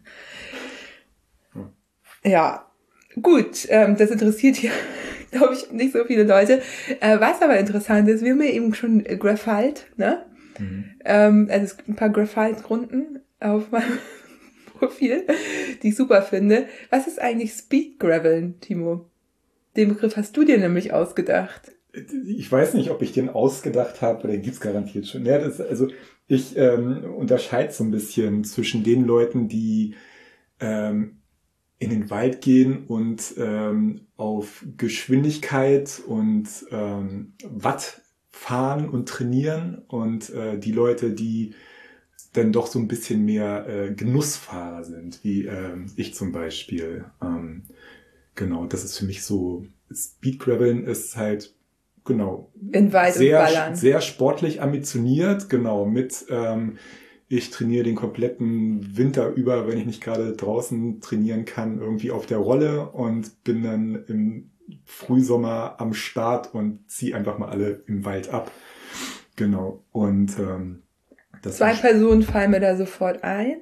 Hm. Ja, gut, ähm, das interessiert hier... glaube ich, nicht so viele Leute. Äh, was aber interessant ist, wir haben ja eben schon Graphite, ne? Mhm. Ähm, also es gibt ein paar Graphite-Runden auf meinem Profil, die ich super finde. Was ist eigentlich Speed Graveln, Timo? Den Begriff hast du dir nämlich ausgedacht.
Ich weiß nicht, ob ich den ausgedacht habe, den gibt's garantiert schon. Ja, das, also ich ähm, unterscheide so ein bisschen zwischen den Leuten, die ähm, in den Wald gehen und ähm, auf Geschwindigkeit und ähm, Watt fahren und trainieren und äh, die Leute, die dann doch so ein bisschen mehr äh, Genussfahrer sind, wie ähm, ich zum Beispiel. Ähm, genau, das ist für mich so, Speedgraveln ist halt genau
in Wald
sehr,
und Ballern.
sehr sportlich ambitioniert, genau, mit ähm, ich trainiere den kompletten Winter über, wenn ich nicht gerade draußen trainieren kann, irgendwie auf der Rolle und bin dann im Frühsommer am Start und ziehe einfach mal alle im Wald ab. Genau. Und ähm, das
zwei Personen fallen mir da sofort ein.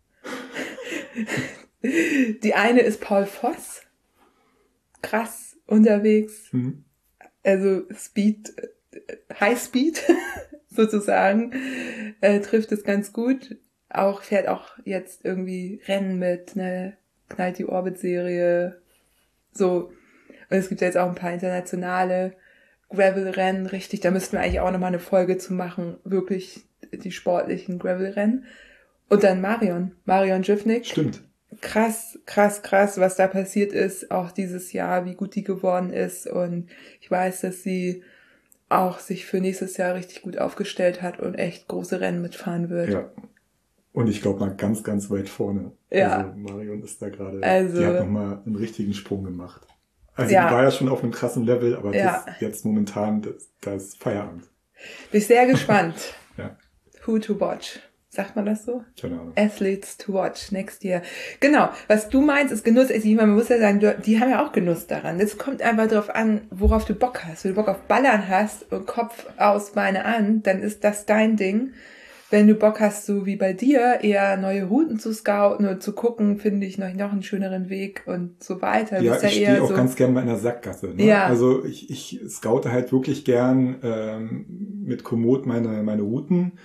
Die eine ist Paul Voss. Krass unterwegs. Mhm. Also Speed, High Speed. sozusagen, äh, trifft es ganz gut. Auch fährt auch jetzt irgendwie Rennen mit, ne, knallt die Orbit-Serie, so. Und es gibt ja jetzt auch ein paar internationale Gravel-Rennen, richtig, da müssten wir eigentlich auch nochmal eine Folge zu machen, wirklich die sportlichen Gravel-Rennen. Und dann Marion, Marion Jivnik.
Stimmt.
Krass, krass, krass, was da passiert ist, auch dieses Jahr, wie gut die geworden ist. Und ich weiß, dass sie auch sich für nächstes Jahr richtig gut aufgestellt hat und echt große Rennen mitfahren wird.
Ja. Und ich glaube mal ganz, ganz weit vorne.
Ja.
Also Marion ist da gerade,
also,
die hat nochmal einen richtigen Sprung gemacht. Also
ja.
die war ja schon auf einem krassen Level, aber
ja.
das jetzt momentan, das, das ist Feierabend.
Bin ich sehr gespannt.
Ja.
Who to watch. Sagt man das so?
Keine Ahnung.
Athletes to watch next year. Genau. Was du meinst, ist Genuss. Ich meine, man muss ja sagen, die haben ja auch Genuss daran. Es kommt einfach darauf an, worauf du Bock hast. Wenn du Bock auf Ballern hast und Kopf aus, Beine an, dann ist das dein Ding. Wenn du Bock hast, so wie bei dir, eher neue Routen zu scouten und zu gucken, finde ich noch, noch einen schöneren Weg und so weiter.
Ja, ich
ja
stehe auch
so
ganz gern mal in der Sackgasse. Ne?
Ja.
Also ich, ich scoute halt wirklich gern ähm, mit Komoot meine, meine Routen.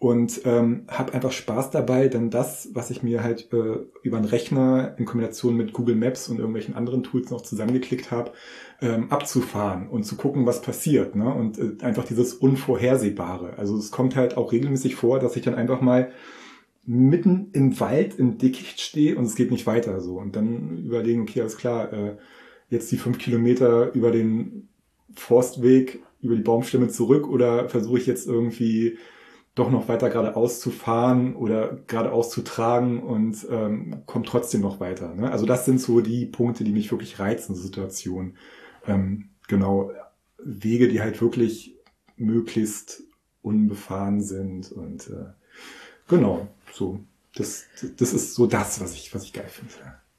und ähm, habe einfach Spaß dabei, dann das, was ich mir halt äh, über einen Rechner in Kombination mit Google Maps und irgendwelchen anderen Tools noch zusammengeklickt habe, ähm, abzufahren und zu gucken, was passiert, ne? Und äh, einfach dieses Unvorhersehbare. Also es kommt halt auch regelmäßig vor, dass ich dann einfach mal mitten im Wald im Dickicht stehe und es geht nicht weiter so. Und dann überlegen, okay, alles klar, äh, jetzt die fünf Kilometer über den Forstweg, über die Baumstämme zurück oder versuche ich jetzt irgendwie doch noch weiter geradeaus zu fahren oder geradeaus zu tragen und ähm, komme trotzdem noch weiter. Ne? Also das sind so die Punkte, die mich wirklich reizen, Situationen. Ähm, genau, Wege, die halt wirklich möglichst unbefahren sind und äh, genau, so. Das, das ist so das, was ich, was ich geil finde.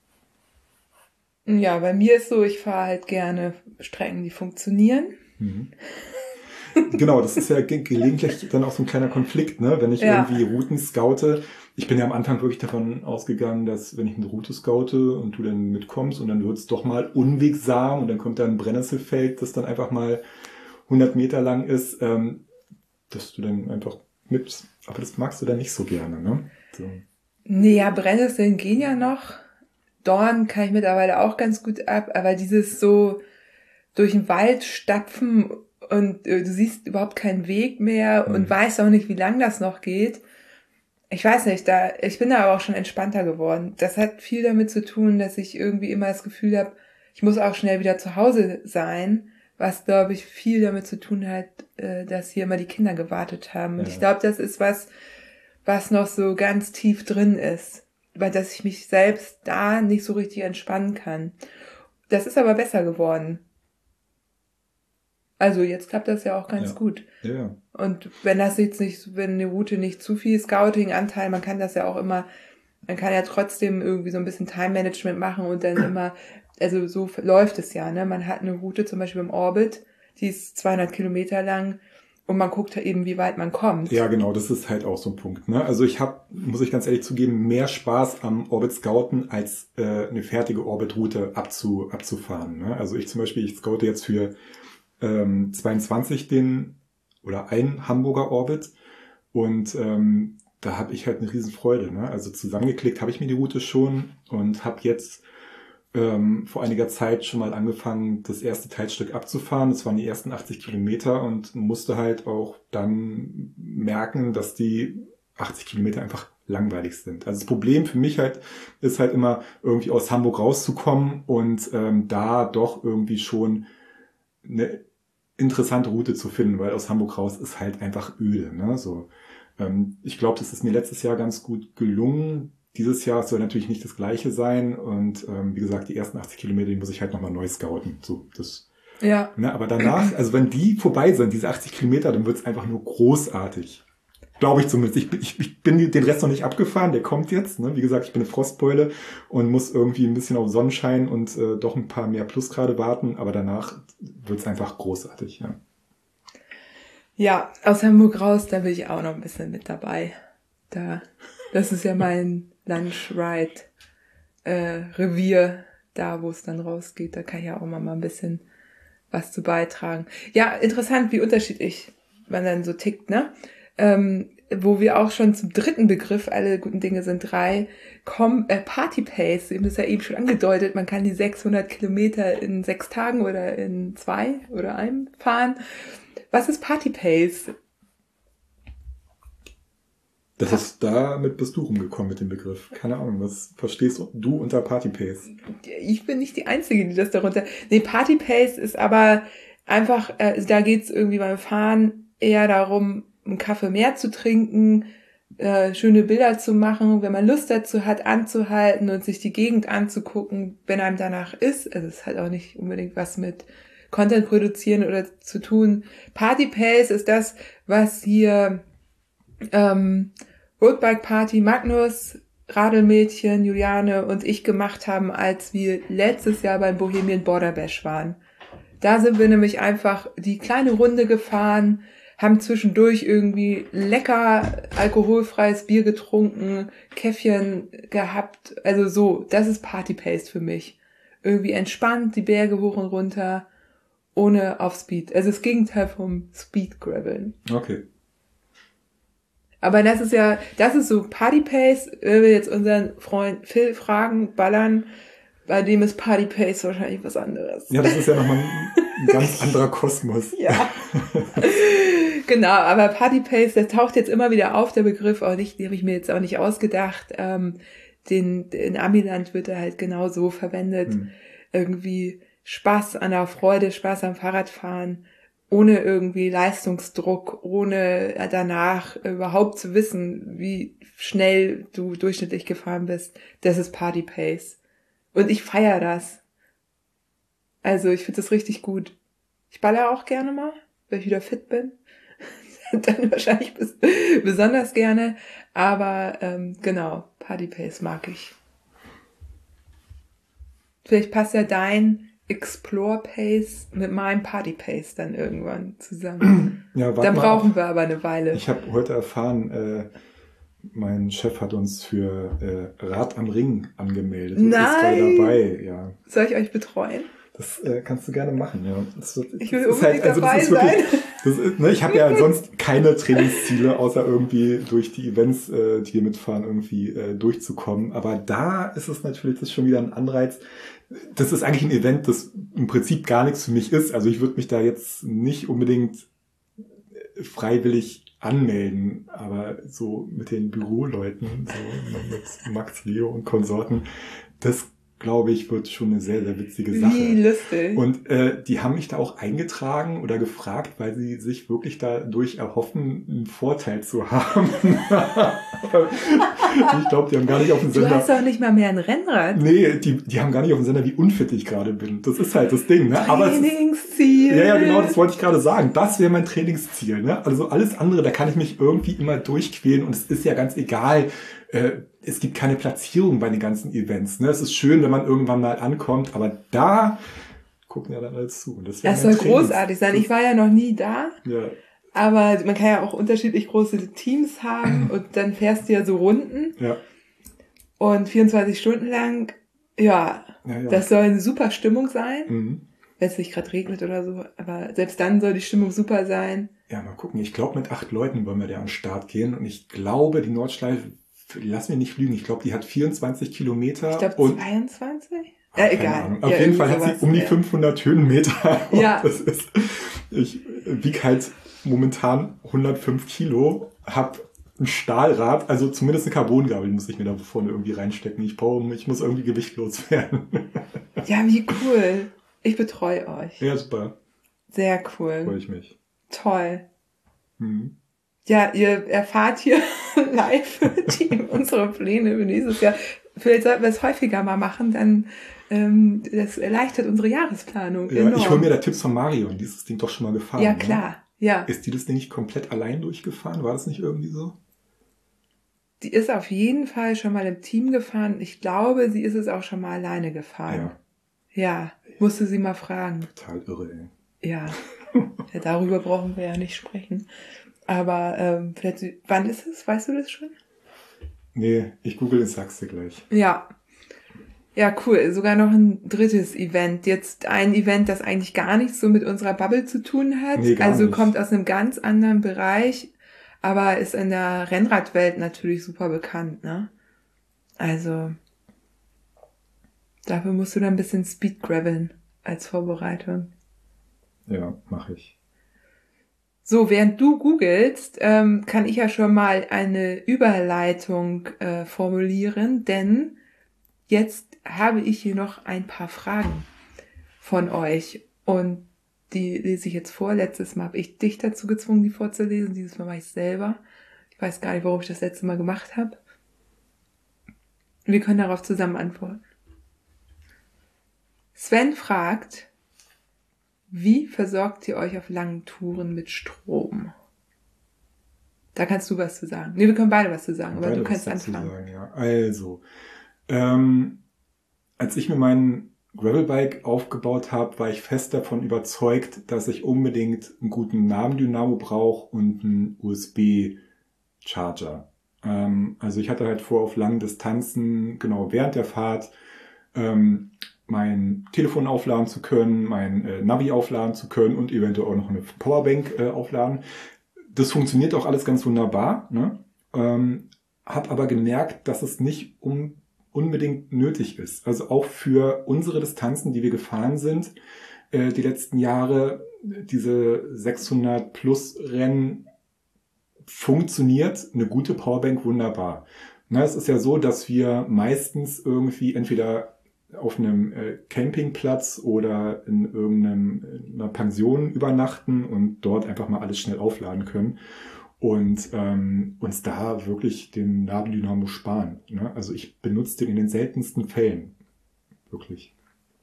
Ja, bei mir ist so, ich fahre halt gerne Strecken, die funktionieren.
Mhm. Genau, das ist ja ge- gelegentlich dann auch so ein kleiner Konflikt, ne? Wenn ich
Ja.
irgendwie Routen scoute. Ich bin ja am Anfang wirklich davon ausgegangen, dass wenn ich eine Route scoute und du dann mitkommst und dann wird es doch mal unwegsam und dann kommt da ein Brennnesselfeld, das dann einfach mal hundert Meter lang ist, ähm, dass du dann einfach mit, aber das magst du dann nicht so gerne, ne? So.
Nee, ja, Brennnesseln gehen ja noch. Dorn kann ich mittlerweile auch ganz gut ab, aber dieses so durch den Wald stapfen und äh, du siehst überhaupt keinen Weg mehr und
Mhm.
weißt auch nicht, wie lang das noch geht. Ich weiß nicht, da ich bin da aber auch schon entspannter geworden. Das hat viel damit zu tun, dass ich irgendwie immer das Gefühl habe, ich muss auch schnell wieder zu Hause sein, was, glaube ich, viel damit zu tun hat, äh, dass hier immer die Kinder gewartet haben. Und
Ja.
ich glaube, das ist was, was noch so ganz tief drin ist, weil dass ich mich selbst da nicht so richtig entspannen kann. Das ist aber besser geworden. Also jetzt klappt das ja auch ganz
Ja.
gut.
Ja, ja.
Und wenn das jetzt nicht, wenn eine Route nicht zu viel Scouting-Anteil, man kann das ja auch immer, man kann ja trotzdem irgendwie so ein bisschen Time-Management machen und dann immer, also so läuft es ja, ne? Man hat eine Route zum Beispiel im Orbit, die ist zweihundert Kilometer lang und man guckt halt eben, wie weit man kommt.
Ja, genau, das ist halt auch so ein Punkt. Ne? Also ich habe, muss ich ganz ehrlich zugeben, mehr Spaß am Orbit-Scouten, als äh, eine fertige Orbit-Route abzu, abzufahren. Ne? Also ich zum Beispiel, ich scoute jetzt für ähm, zweiundzwanzig den oder ein Hamburger Orbit und ähm, da habe ich halt eine riesen Freude. Ne? Also zusammengeklickt habe ich mir die Route schon und habe jetzt ähm, vor einiger Zeit schon mal angefangen, das erste Teilstück abzufahren. Das waren die ersten achtzig Kilometer und musste halt auch dann merken, dass die achtzig Kilometer einfach langweilig sind. Also das Problem für mich halt ist halt immer irgendwie aus Hamburg rauszukommen und ähm, da doch irgendwie schon eine interessante Route zu finden, weil aus Hamburg raus ist halt einfach öde. Ne? So, ähm, ich glaube, das ist mir letztes Jahr ganz gut gelungen. Dieses Jahr soll natürlich nicht das Gleiche sein und ähm, wie gesagt, die ersten achtzig Kilometer, die muss ich halt nochmal neu scouten. So, das,
Ja.
ne? Aber danach, also wenn die vorbei sind, diese achtzig Kilometer, dann wird's einfach nur großartig. Glaube ich zumindest. Ich, ich, ich bin den Rest noch nicht abgefahren, der kommt jetzt. Ne? Wie gesagt, ich bin eine Frostbeule und muss irgendwie ein bisschen auf Sonnenschein und äh, doch ein paar mehr Plusgrade warten, aber danach wird's einfach großartig. Ja.
Ja, aus Hamburg raus, da bin ich auch noch ein bisschen mit dabei. Da, das ist ja mein Lunch-Ride-Revier, äh, da wo es dann rausgeht. Da kann ich ja auch mal, mal ein bisschen was zu beitragen. Ja, interessant, wie unterschiedlich man dann so tickt, ne? Ähm, wo wir auch schon zum dritten Begriff, alle guten Dinge sind drei, kommen, äh, Party Pace, wir haben das ja eben schon angedeutet, man kann die sechshundert Kilometer in sechs Tagen oder in zwei oder einem fahren. Was ist Party Pace?
Das ist, damit bist du rumgekommen mit dem Begriff. Keine Ahnung, was verstehst du unter Party Pace?
Ich bin nicht die Einzige, die das darunter... Nee, Party Pace ist aber einfach, äh, da geht's irgendwie beim Fahren eher darum, einen Kaffee mehr zu trinken, äh, schöne Bilder zu machen, wenn man Lust dazu hat, anzuhalten und sich die Gegend anzugucken, wenn einem danach ist. Also es hat auch nicht unbedingt was mit Content produzieren oder zu tun. Party Pace ist das, was hier ähm, Roadbike Party Magnus, Radelmädchen, Juliane und ich gemacht haben, als wir letztes Jahr beim Bohemian Border Bash waren. Da sind wir nämlich einfach die kleine Runde gefahren, haben zwischendurch irgendwie lecker alkoholfreies Bier getrunken, Käffchen gehabt, also so, das ist Party Pace für mich. Irgendwie entspannt, die Berge hoch und runter, ohne auf Speed. Also das Gegenteil vom Speed Graveln.
Okay.
Aber das ist ja, das ist so Party-Pace, wenn wir jetzt unseren Freund Phil fragen, ballern, bei dem ist Party-Pace wahrscheinlich was anderes.
Ja, das ist ja nochmal ein, ein ganz anderer Kosmos.
Ja. Genau, aber Party-Pace, der taucht jetzt immer wieder auf, der Begriff, auch nicht, den habe ich mir jetzt auch nicht ausgedacht. Ähm, den, in Amiland wird er halt genau so verwendet. Hm. Irgendwie Spaß an der Freude, Spaß am Fahrradfahren, ohne irgendwie Leistungsdruck, ohne danach überhaupt zu wissen, wie schnell du durchschnittlich gefahren bist. Das ist Party Pace. Und ich feiere das. Also ich finde das richtig gut. Ich baller auch gerne mal, weil ich wieder fit bin. Dann wahrscheinlich bis, besonders gerne. Aber ähm, genau, Party Pace mag ich. Vielleicht passt ja dein Explore Pace mit meinem Party Pace dann irgendwann zusammen. Ja, dann brauchen mal. wir aber eine Weile.
Ich habe heute erfahren, äh, mein Chef hat uns für äh, Rad am Ring angemeldet.
Nein!
Ist gerade dabei, ja.
Soll ich euch betreuen?
Das äh, kannst du gerne machen, ja. Das, das,
ich will unbedingt halt, also dabei das ist wirklich, sein.
Das ist, ne, ich habe ja sonst keine Trainingsziele, außer irgendwie durch die Events, äh, die wir mitfahren, irgendwie äh, durchzukommen. Aber da ist es natürlich, das ist schon wieder ein Anreiz. Das ist eigentlich ein Event, das im Prinzip gar nichts für mich ist. Also ich würde mich da jetzt nicht unbedingt freiwillig anmelden, aber so mit den Büroleuten, so mit Max, Leo und Konsorten, das glaube ich, wird schon eine sehr, sehr witzige Sache.
Wie lustig.
Und äh, die haben mich da auch eingetragen oder gefragt, weil sie sich wirklich dadurch erhoffen, einen Vorteil zu haben. Ich glaube, die haben gar nicht auf dem Sender...
Du hast doch nicht mal mehr ein Rennrad.
Nee, die, die haben gar nicht auf dem Sender, wie unfit ich gerade bin. Das ist halt das Ding. Ne?
Trainingsziel.
Aber es, ja, ja, genau, das wollte ich gerade sagen. Das wäre mein Trainingsziel. Ne? Also alles andere, da kann ich mich irgendwie immer durchquälen und es ist ja ganz egal, äh, es gibt keine Platzierung bei den ganzen Events. Ne? Es ist schön, wenn man irgendwann mal ankommt, aber da gucken ja dann alles zu. Und das
das soll großartig sein. Ich war ja noch nie da,
ja.
aber man kann ja auch unterschiedlich große Teams haben und dann fährst du ja so Runden.
Ja.
Und vierundzwanzig Stunden lang, ja, ja, ja. Das soll eine super Stimmung sein.
Mhm.
Wenn es nicht gerade regnet oder so, aber selbst dann soll die Stimmung super sein.
Ja, mal gucken. Ich glaube, mit acht Leuten wollen wir da an den Start gehen und ich glaube, die Nordschleife, lass mich nicht lügen, ich glaube, die hat vierundzwanzig Kilometer.
Ich glaube
und
zweiundzwanzig? Ja, egal.
Auf
ja,
jeden Fall hat sie um die ja. fünfhundert Höhenmeter.
Ja.
Das ist, ich wiege halt momentan hundertfünf Kilo, hab ein Stahlrad, also zumindest eine Carbongabel muss ich mir da vorne irgendwie reinstecken. Ich brauche, ich muss irgendwie gewichtlos werden.
Ja, wie cool. Ich betreue euch.
Ja, super.
Sehr cool.
Freue ich mich.
Toll.
Mhm.
Ja, ihr erfahrt hier live die, unsere Pläne für dieses Jahr. Vielleicht sollten wir es häufiger mal machen, dann ähm, das erleichtert unsere Jahresplanung.
Ja, enorm. Ich hole mir da Tipps von Marion, die ist das Ding doch schon mal gefahren.
Ja, klar.
Ne?
Ja.
Ist die das Ding nicht komplett allein durchgefahren? War das nicht irgendwie so?
Die ist auf jeden Fall schon mal im Team gefahren. Ich glaube, sie ist es auch schon mal alleine gefahren.
Ja.
Ja, musste sie mal fragen.
Total irre, ey.
Ja. Ja, darüber brauchen wir ja nicht sprechen. Aber ähm, vielleicht, wann ist es? Weißt du das schon?
Nee, ich google es, sagst du gleich.
Ja. Ja, cool. Sogar noch ein drittes Event. Jetzt ein Event, das eigentlich gar nichts so mit unserer Bubble zu tun hat.
Nee, gar
also
nicht.
Kommt aus einem ganz anderen Bereich, aber ist in der Rennradwelt natürlich super bekannt, ne? Also dafür musst du dann ein bisschen Speed graveln als Vorbereitung.
Ja, mache ich.
So, während du googelst, ähm, kann ich ja schon mal eine Überleitung äh, formulieren, denn jetzt habe ich hier noch ein paar Fragen von euch und die lese ich jetzt vor. Letztes Mal habe ich dich dazu gezwungen, die vorzulesen, dieses Mal mache ich es selber. Ich weiß gar nicht, warum ich das letzte Mal gemacht habe. Wir können darauf zusammen antworten. Sven fragt: Wie versorgt ihr euch auf langen Touren mit Strom? Da kannst du was zu sagen. Nee, wir können beide was zu sagen, aber du kannst anfangen.
Sagen, ja. Also, ähm, als ich mir meinen Gravelbike aufgebaut habe, war ich fest davon überzeugt, dass ich unbedingt einen guten Nabendynamo brauche und einen U S B-Charger. Ähm, also ich hatte halt vor, auf langen Distanzen, genau während der Fahrt, ähm, mein Telefon aufladen zu können, mein äh, Navi aufladen zu können und eventuell auch noch eine Powerbank äh, aufladen. Das funktioniert auch alles ganz wunderbar, ne? ähm, habe aber gemerkt, dass es nicht um, unbedingt nötig ist. Also auch für unsere Distanzen, die wir gefahren sind, äh, die letzten Jahre, diese sechshundert plus Rennen, funktioniert eine gute Powerbank wunderbar. Na, es ist ja so, dass wir meistens irgendwie entweder auf einem äh, Campingplatz oder in irgendeiner Pension übernachten und dort einfach mal alles schnell aufladen können und ähm, uns da wirklich den Nabendynamo sparen. Ne? Also ich benutze den in den seltensten Fällen. Wirklich.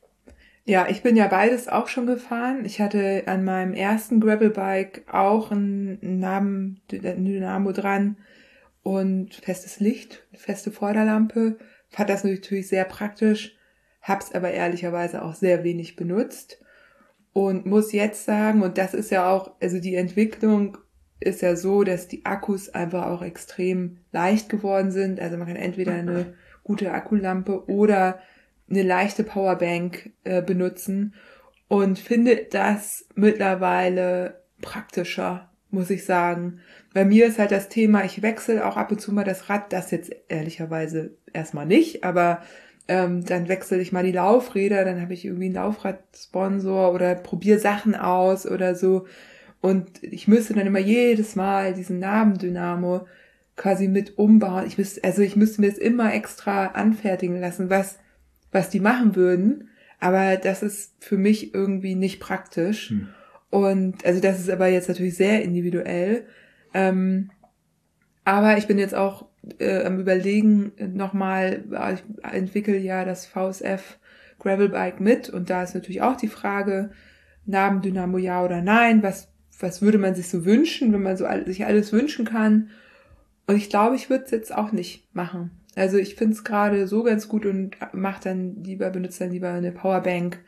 Ja, ich bin ja beides auch schon gefahren. Ich hatte an meinem ersten Gravelbike auch ein Nabendynamo dran und festes Licht, feste Vorderlampe. Fand das natürlich sehr praktisch, hab's aber ehrlicherweise auch sehr wenig benutzt und muss jetzt sagen, und das ist ja auch, also die Entwicklung ist ja so, dass die Akkus einfach auch extrem leicht geworden sind. Also man kann entweder eine gute Akkulampe oder eine leichte Powerbank äh, benutzen und finde das mittlerweile praktischer, muss ich sagen. Bei mir ist halt das Thema, ich wechsle auch ab und zu mal das Rad, das jetzt ehrlicherweise erstmal nicht, aber ähm, dann wechsle ich mal die Laufräder, dann habe ich irgendwie einen Laufradsponsor oder probiere Sachen aus oder so und ich müsste dann immer jedes Mal diesen Nabendynamo quasi mit umbauen. Ich müsste, also ich müsste mir das immer extra anfertigen lassen, was was die machen würden, aber das ist für mich irgendwie nicht praktisch. Hm. Und also das ist aber jetzt natürlich sehr individuell. Ähm, aber ich bin jetzt auch äh, am Überlegen nochmal, ich entwickle ja das V S F Gravelbike mit und da ist natürlich auch die Frage, Nabendynamo ja oder nein, was was würde man sich so wünschen, wenn man so all, sich alles wünschen kann. Und ich glaube, ich würde es jetzt auch nicht machen. Also ich finde es gerade so ganz gut und mach dann lieber, benutze dann lieber eine Powerbank.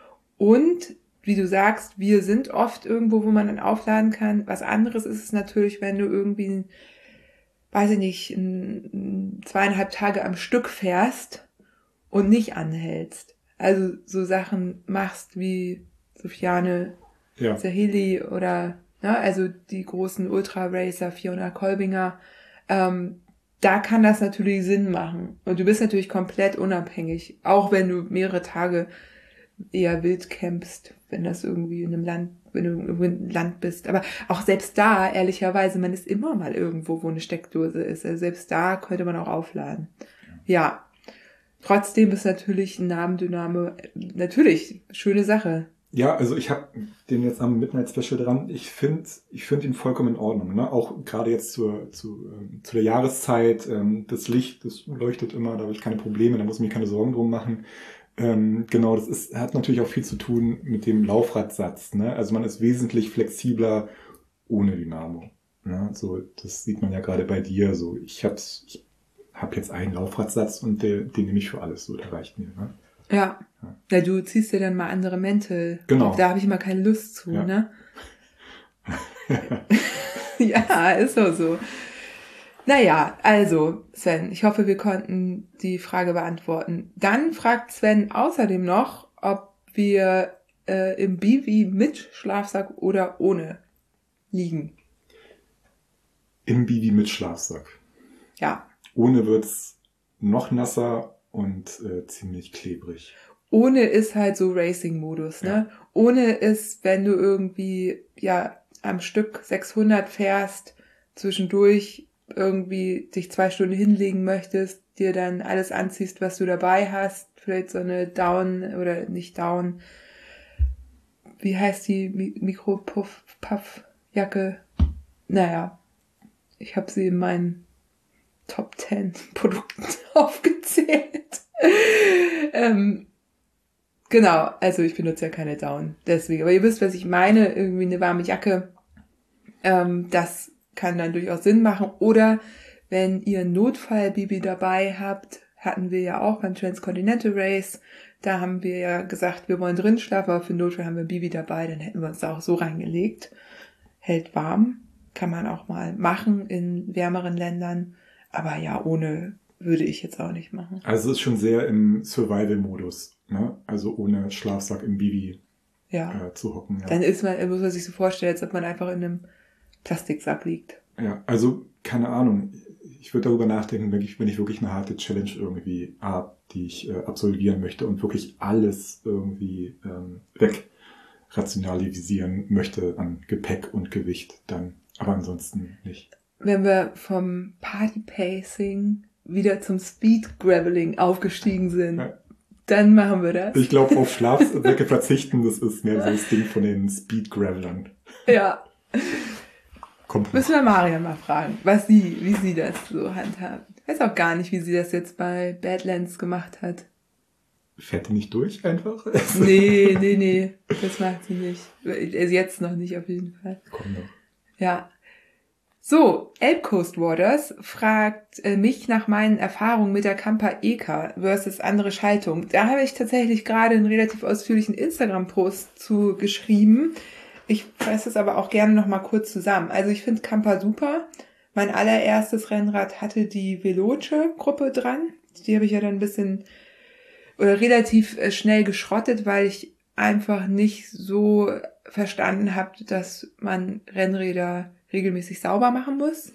Und wie du sagst, wir sind oft irgendwo, wo man dann aufladen kann. Was anderes ist es natürlich, wenn du irgendwie, weiß ich nicht, ein, zweieinhalb Tage am Stück fährst und nicht anhältst. Also so Sachen machst wie Sofiane ja. Zahili oder ne, also die großen Ultra-Racer, Fiona Kolbinger, ähm, da kann das natürlich Sinn machen. Und du bist natürlich komplett unabhängig, auch wenn du mehrere Tage eher wild campst, wenn das irgendwie in einem Land, wenn du irgendwo in einem Land bist. Aber auch selbst da, ehrlicherweise, man ist immer mal irgendwo, wo eine Steckdose ist. Also selbst da könnte man auch aufladen. Ja. Trotzdem ist natürlich ein Nabendynamo, natürlich, schöne Sache.
Ja, also ich habe den jetzt am Midnight Special dran. Ich finde ich finde ihn vollkommen in Ordnung. Ne? Auch gerade jetzt zur, zu, ähm, zu der Jahreszeit. Ähm, das Licht, das leuchtet immer, da habe ich keine Probleme, da muss ich mir keine Sorgen drum machen. Ähm, genau, das ist, hat natürlich auch viel zu tun mit dem Laufradsatz. Ne? Also man ist wesentlich flexibler ohne Dynamo. Ne? So, das sieht man ja gerade bei dir. So, ich habe ich hab jetzt einen Laufradsatz und der, den nehme ich für alles. So, der reicht mir. Ne?
Ja. ja, ja, du ziehst dir dann mal andere Mäntel.
Genau.
Da habe ich immer keine Lust zu,
ja.
ne? Ja, ist auch so. Naja, also Sven, ich hoffe, wir konnten die Frage beantworten. Dann fragt Sven außerdem noch, ob wir äh, im Bivi mit Schlafsack oder ohne liegen.
Im Bivi mit Schlafsack.
Ja.
Ohne wird's noch nasser und äh, ziemlich klebrig.
Ohne ist halt so Racing-Modus, ne? Ja. Ohne ist, wenn du irgendwie ja am Stück sechshundert fährst, zwischendurch irgendwie dich zwei Stunden hinlegen möchtest, dir dann alles anziehst, was du dabei hast, vielleicht so eine Down oder nicht Down, wie heißt die Mi- Mikro-Puff-Puff-Jacke? Naja, ich habe sie in meinen Top Ten Produkten aufgezählt. ähm, genau, also ich benutze ja keine Down, deswegen. Aber ihr wisst, was ich meine, irgendwie eine warme Jacke, ähm, das kann dann durchaus Sinn machen. Oder wenn ihr ein Notfall-Bibi dabei habt, hatten wir ja auch beim Transcontinental Race, da haben wir ja gesagt, wir wollen drin schlafen, aber für den Notfall haben wir ein Bibi dabei, dann hätten wir uns da auch so reingelegt. Hält warm, kann man auch mal machen in wärmeren Ländern. Aber ja, ohne würde ich jetzt auch nicht machen.
Also es ist schon sehr im Survival-Modus, ne? Also ohne Schlafsack im Bivi
ja.
äh, zu hocken. Ja.
Dann ist man, muss man sich so vorstellen, als ob man einfach in einem Plastiksack liegt.
Ja, also keine Ahnung. ich würde darüber nachdenken, wenn ich, wenn ich wirklich eine harte Challenge irgendwie habe, die ich äh, absolvieren möchte und wirklich alles irgendwie ähm, wegrationalisieren möchte an Gepäck und Gewicht, dann, aber ansonsten nicht.
Wenn wir vom Party-Pacing wieder zum Speed-Graveling aufgestiegen sind, ja. Dann machen wir das.
Ich glaube, auf Schlafsäcke verzichten, das ist mehr so das Ding von den Speed-Gravelern.
Ja.
Kommt
Müssen wir Marian mal fragen, was sie, wie sie das so handhabt. Ich weiß auch gar nicht, wie sie das jetzt bei Badlands gemacht hat.
Fährt die nicht durch einfach?
Nee, nee, nee, das macht sie nicht. Also jetzt noch nicht auf jeden Fall.
Komm noch.
Ja. So, Elb Coast Waters fragt äh, mich nach meinen Erfahrungen mit der Camper E K versus andere Schaltung. Da habe ich tatsächlich gerade einen relativ ausführlichen Instagram-Post zu geschrieben. Ich fasse es aber auch gerne noch mal kurz zusammen. Also ich finde Camper super. Mein allererstes Rennrad hatte die Veloce-Gruppe dran. Die habe ich ja dann ein bisschen oder relativ schnell geschrottet, weil ich einfach nicht so verstanden habe, dass man Rennräder regelmäßig sauber machen muss.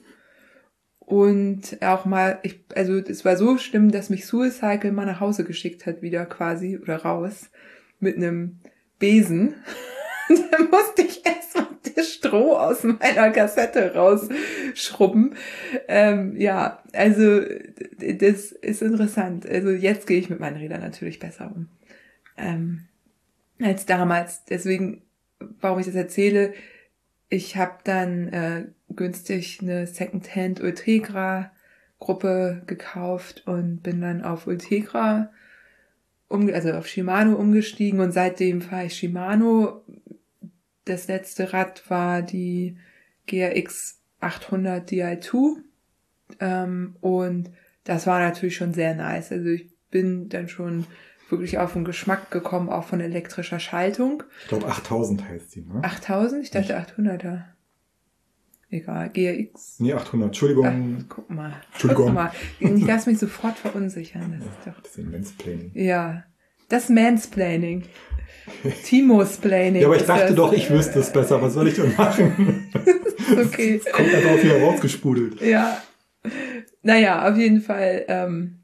Und auch mal, ich, also es war so schlimm, dass mich Suicycle mal nach Hause geschickt hat, wieder quasi, oder raus, mit einem Besen. Da musste ich erstmal das Stroh aus meiner Kassette rausschrubben. Ähm, ja, also das ist interessant. Also jetzt gehe ich mit meinen Rädern natürlich besser um ähm, als damals. Deswegen, warum ich das erzähle, ich habe dann äh, günstig eine Secondhand Ultegra Gruppe gekauft und bin dann auf Ultegra, um, also auf Shimano umgestiegen und seitdem fahre ich Shimano. Das letzte Rad war die G R X achthundert D I zwei ähm, und das war natürlich schon sehr nice. Also ich bin dann schon wirklich auf den Geschmack gekommen, auch von elektrischer Schaltung.
Ich glaube achttausend heißt die, ne?
achttausend? Ich dachte achthunderter. Egal, G R X.
Nee, achthundert, Entschuldigung.
Ach, guck mal.
Entschuldigung.
Guck mal. Ich lass mich sofort verunsichern. Das ist doch...
Das ist ein Mansplaining.
Ja, das Mansplaining. Timosplaining.
Ja, aber ich dachte das, doch, ich wüsste es besser. Was soll ich denn machen?
Okay.
Das kommt einfach wieder rausgespudelt.
Ja. Naja, auf jeden Fall, ähm,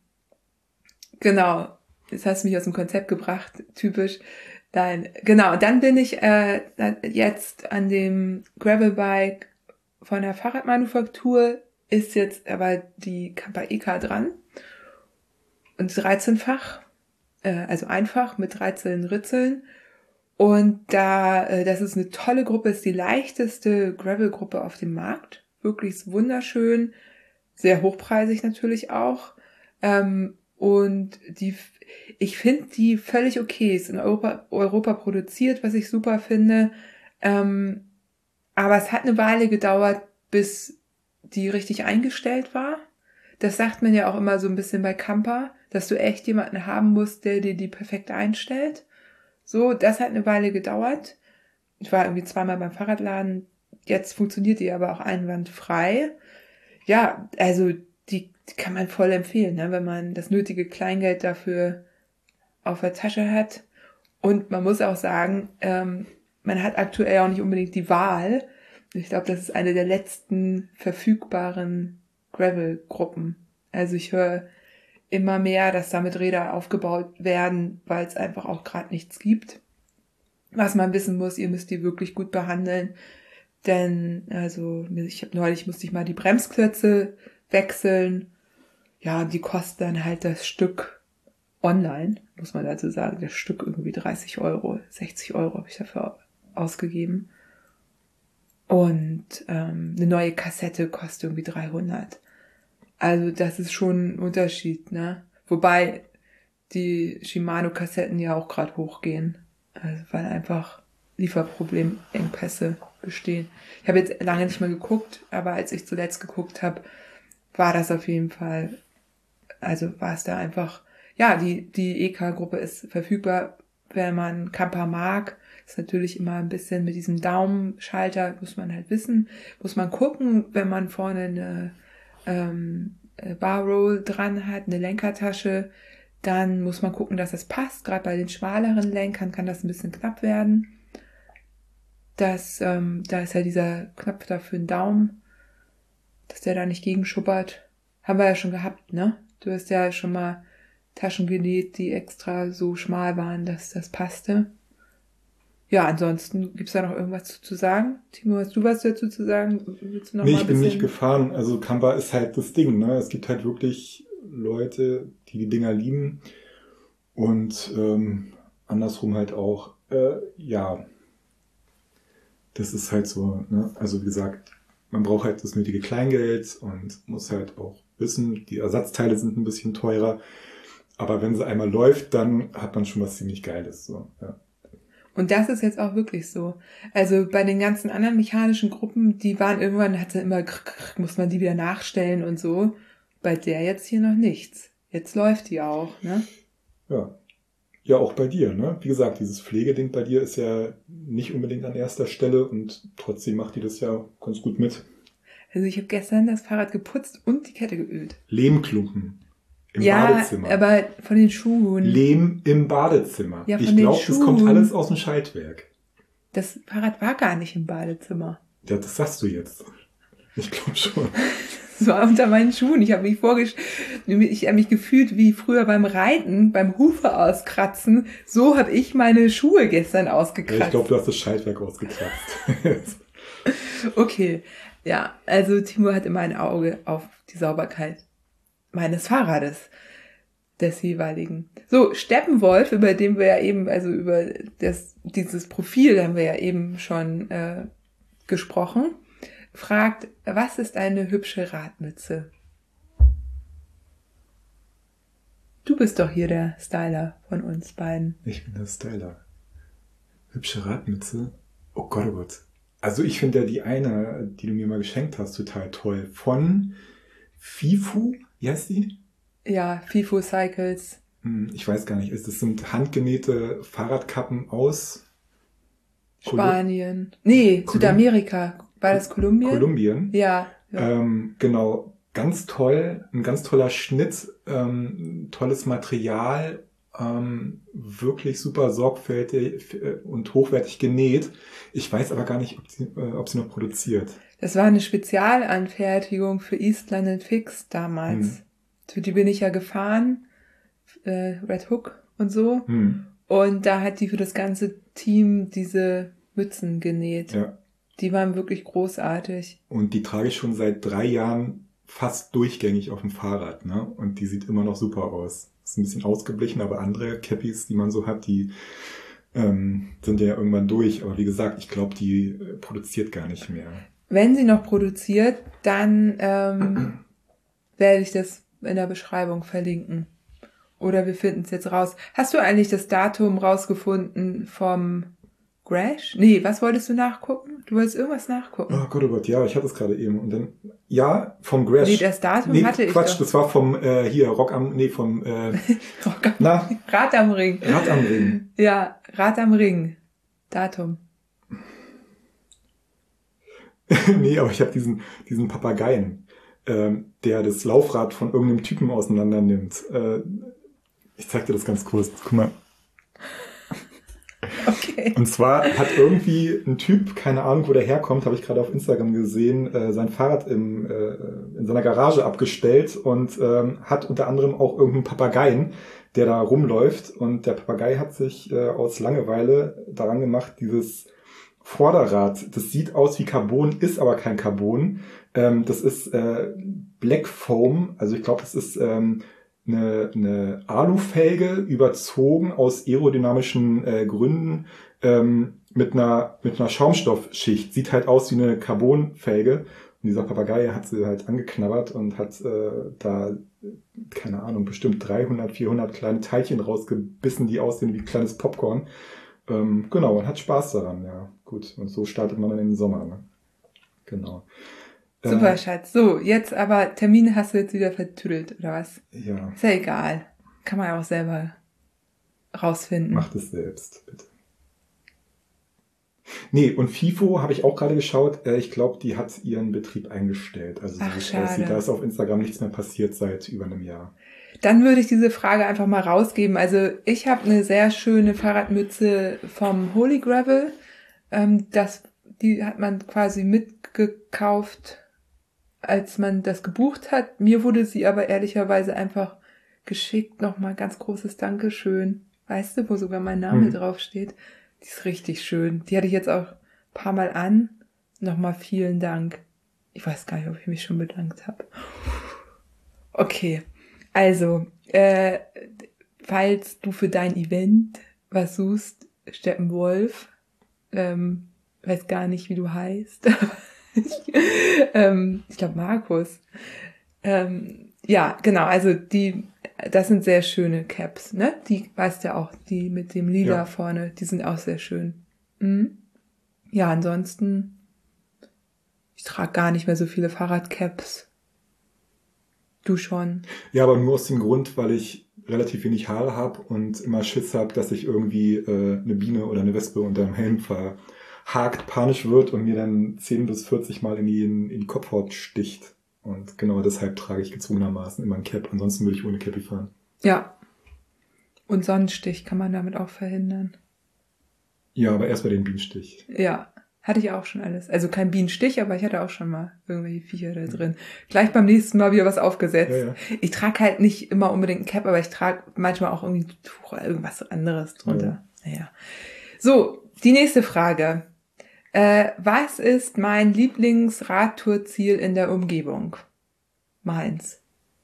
genau. Jetzt hast du mich aus dem Konzept gebracht. Typisch. Nein, genau. Dann bin ich äh, jetzt an dem Gravelbike von der Fahrradmanufaktur. Ist jetzt aber die Camper E K dran. Und dreizehnfach. Also einfach mit dreizehn Ritzeln. Und da, das ist eine tolle Gruppe, ist die leichteste Gravel-Gruppe auf dem Markt. Wirklich wunderschön, sehr hochpreisig natürlich auch. Und die, ich finde die völlig okay, ist in Europa, Europa produziert, was ich super finde. Aber es hat eine Weile gedauert, bis die richtig eingestellt war. Das sagt man ja auch immer so ein bisschen bei Camper, dass du echt jemanden haben musst, der dir die perfekt einstellt. So, das hat eine Weile gedauert. Ich war irgendwie zweimal beim Fahrradladen. Jetzt funktioniert die aber auch einwandfrei. Ja, also die, die kann man voll empfehlen, ne, wenn man das nötige Kleingeld dafür auf der Tasche hat. Und man muss auch sagen, ähm, man hat aktuell auch nicht unbedingt die Wahl. Ich glaube, das ist eine der letzten verfügbaren Gravel-Gruppen. Also ich höre immer mehr, dass damit Räder aufgebaut werden, weil es einfach auch gerade nichts gibt. Was man wissen muss, ihr müsst die wirklich gut behandeln, denn also ich habe neulich musste ich mal die Bremsklötze wechseln. Ja, die kosten dann halt das Stück online, muss man dazu sagen, das Stück irgendwie dreißig Euro, sechzig Euro habe ich dafür ausgegeben. Und ähm, eine neue Kassette kostet irgendwie dreihundert. Also das ist schon ein Unterschied, ne? Wobei die Shimano-Kassetten ja auch gerade hochgehen, also weil einfach Lieferproblemengpässe bestehen. Ich habe jetzt lange nicht mehr geguckt, aber als ich zuletzt geguckt habe, war das auf jeden Fall, also war es da einfach, ja, die die E K-Gruppe ist verfügbar, wenn man Camper mag. Ist natürlich immer ein bisschen mit diesem Daumenschalter, muss man halt wissen, muss man gucken, wenn man vorne eine ähm, Barroll dran hat, eine Lenkertasche, dann muss man gucken, dass das passt. Gerade bei den schmaleren Lenkern kann das ein bisschen knapp werden. Das, ähm, da ist ja dieser Knopf da für den Daumen, dass der da nicht gegenschuppert. Haben wir ja schon gehabt, ne? Du hast ja schon mal Taschen genäht, die extra so schmal waren, dass das passte. Ja, ansonsten gibt's da noch irgendwas zu, zu sagen? Timo, hast du was dazu zu sagen? Willst du noch
nee,
mal
ich bin
bisschen...
nicht gefahren. Also Canva ist halt das Ding, ne? Es gibt halt wirklich Leute, die die Dinger lieben und ähm, andersrum halt auch. Äh, ja, das ist halt so, ne? Also wie gesagt, man braucht halt das nötige Kleingeld und muss halt auch wissen, die Ersatzteile sind ein bisschen teurer. Aber wenn sie einmal läuft, dann hat man schon was ziemlich Geiles. So, ja.
Und das ist jetzt auch wirklich so. Also bei den ganzen anderen mechanischen Gruppen, die waren irgendwann, hatte immer, muss man die wieder nachstellen und so. Bei der jetzt hier noch nichts. Jetzt läuft die auch, ne?
Ja. Ja, auch bei dir, ne? Wie gesagt, dieses Pflegeding bei dir ist ja nicht unbedingt an erster Stelle und trotzdem macht die das ja ganz gut mit.
Also ich habe gestern das Fahrrad geputzt und die Kette geölt.
Lehmklumpen im
ja,
Badezimmer.
Ja, aber von den Schuhen.
Lehm im Badezimmer.
Ja, von
ich glaube, das kommt
Schuhen.
alles aus dem Schaltwerk.
Das Fahrrad war gar nicht im Badezimmer.
Ja, das sagst du jetzt. Ich glaube schon.
Das war unter meinen Schuhen. Ich habe mich vorgestellt, ich habe mich gefühlt wie früher beim Reiten, beim Hufe auskratzen. So habe ich meine Schuhe gestern ausgekratzt.
Ja, ich glaube, du hast das Schaltwerk ausgekratzt.
Okay, ja, also Timo hat immer ein Auge auf die Sauberkeit meines Fahrrades, des jeweiligen. So, Steppenwolf, über den wir ja eben, also über das, dieses Profil haben wir ja eben schon äh, gesprochen, fragt, was ist eine hübsche Radmütze? Du bist doch hier der Styler von uns beiden.
Ich bin der Styler. Hübsche Radmütze? Oh Gott, oh Gott. Also ich finde ja die eine, die du mir mal geschenkt hast, total toll. Von Fifu, wie heißt die?
Ja, Fifu Cycles.
Hm, ich weiß gar nicht. Das sind handgenähte Fahrradkappen aus
Spanien. Kolu- nee, Kolum- Südamerika. War das Kolumbien?
Kolumbien.
Ja. ja.
Ähm, genau. Ganz toll. Ein ganz toller Schnitt. Ähm, tolles Material. Ähm, wirklich super sorgfältig und hochwertig genäht. Ich weiß aber gar nicht, ob sie, äh, ob sie noch produziert.
Das war eine Spezialanfertigung für East London Fix damals. Hm. Für die bin ich ja gefahren, äh, Red Hook und so. Hm. Und da hat die für das ganze Team diese Mützen genäht.
Ja.
Die waren wirklich großartig.
Und die trage ich schon seit drei Jahren fast durchgängig auf dem Fahrrad, ne? Und die sieht immer noch super aus. Ist ein bisschen ausgeblichen, aber andere Cappies, die man so hat, die ähm, sind ja irgendwann durch. Aber wie gesagt, ich glaube, die äh, produziert gar nicht mehr.
Wenn sie noch produziert, dann ähm, werde ich das in der Beschreibung verlinken. Oder wir finden es jetzt raus. Hast du eigentlich das Datum rausgefunden vom Grash? Nee, was wolltest du nachgucken? Du wolltest irgendwas nachgucken.
Oh Gott, oh Gott, ja, ich hatte es gerade eben. Und dann, ja, vom Grash.
Nee, das Datum
nee,
hatte ich
Quatsch,
doch.
das war vom, äh, hier, Rock am, nee, vom, äh,
Rock am,
na?
Rad am Ring.
Rad am Ring.
Ja, Rad am Ring. Datum.
Nee, aber ich habe diesen, diesen Papageien, ähm, der das Laufrad von irgendeinem Typen auseinander nimmt. Äh, ich zeig dir das ganz kurz. Guck mal.
Okay.
Und zwar hat irgendwie ein Typ, keine Ahnung, wo der herkommt, habe ich gerade auf Instagram gesehen, äh, sein Fahrrad im, äh, in seiner Garage abgestellt und ähm, hat unter anderem auch irgendeinen Papageien, der da rumläuft. Und der Papagei hat sich äh, aus Langeweile daran gemacht, dieses Vorderrad, das sieht aus wie Carbon, ist aber kein Carbon. Ähm, das ist äh, Black Foam, also ich glaube, das ist ähm, eine, eine Alufelge überzogen aus aerodynamischen äh, Gründen ähm, mit einer mit einer Schaumstoffschicht. Sieht halt aus wie eine Carbonfelge. Und dieser Papagei hat sie halt angeknabbert und hat äh, da, keine Ahnung, bestimmt dreihundert, vierhundert kleine Teilchen rausgebissen, die aussehen wie kleines Popcorn. Ähm, genau, und hat Spaß daran, ja. Gut, und so startet man dann in den Sommer, ne? Genau.
Super,
äh,
Schatz. So, jetzt aber, Termine hast du jetzt wieder vertüdelt, oder was?
Ja.
Ist ja egal. Kann man ja auch selber rausfinden.
Macht es selbst, bitte. Nee, und FIFO habe ich auch gerade geschaut. Äh, ich glaube, die hat ihren Betrieb eingestellt. Also so
Ach,
wie es
schade.
aussieht, da ist auf Instagram nichts mehr passiert seit über einem Jahr.
Dann würde ich diese Frage einfach mal rausgeben. Also ich habe eine sehr schöne Fahrradmütze vom Holy Gravel. Ähm, das, die hat man quasi mitgekauft als man das gebucht hat. Mir wurde sie aber ehrlicherweise einfach geschickt. Nochmal ganz großes Dankeschön. Weißt du, wo sogar mein Name mhm. draufsteht? Die ist richtig schön. Die hatte ich jetzt auch ein paar Mal an. Nochmal vielen Dank. Ich weiß gar nicht, ob ich mich schon bedankt habe. Okay, also, äh, falls du für dein Event was suchst, Steppenwolf, ähm, weiß gar nicht, wie du heißt. ich ähm, ich glaube Markus. Ähm, ja, genau, also die, das sind sehr schöne Caps, ne? Die weißt ja auch, die mit dem Lila ja. vorne, die sind auch sehr schön. Mhm. Ja, ansonsten, ich trage gar nicht mehr so viele Fahrradcaps. Du schon?
Ja, aber nur aus dem Grund, weil ich relativ wenig Haare habe und immer Schiss habe, dass ich irgendwie äh, eine Biene oder eine Wespe unter dem Helm verhakt, panisch wird und mir dann zehn bis vierzig Mal in die, in die Kopfhaut sticht. Und genau deshalb trage ich gezwungenermaßen immer ein Cap. Ansonsten würde ich ohne Cappy fahren.
Ja. Und Sonnenstich kann man damit auch verhindern.
Ja, aber erst bei den Bienenstich.
Ja, hatte ich auch schon alles. Also kein Bienenstich, aber ich hatte auch schon mal irgendwelche Viecher da drin. Gleich beim nächsten Mal wieder was aufgesetzt. Ja, ja. Ich trage halt nicht immer unbedingt ein Cap, aber ich trage manchmal auch irgendwie ein Tuch oder irgendwas anderes drunter. Ja. Naja. So, die nächste Frage. Äh, was ist mein Lieblingsradtourziel in der Umgebung? Meins.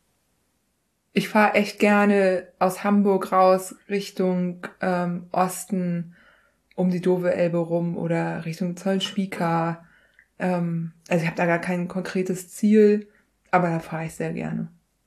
Ich fahre echt gerne aus Hamburg raus Richtung ähm, Osten, um die Dove Elbe rum oder Richtung Zollspieka. Ähm, also ich habe da gar kein konkretes Ziel, aber da fahre ich sehr gerne.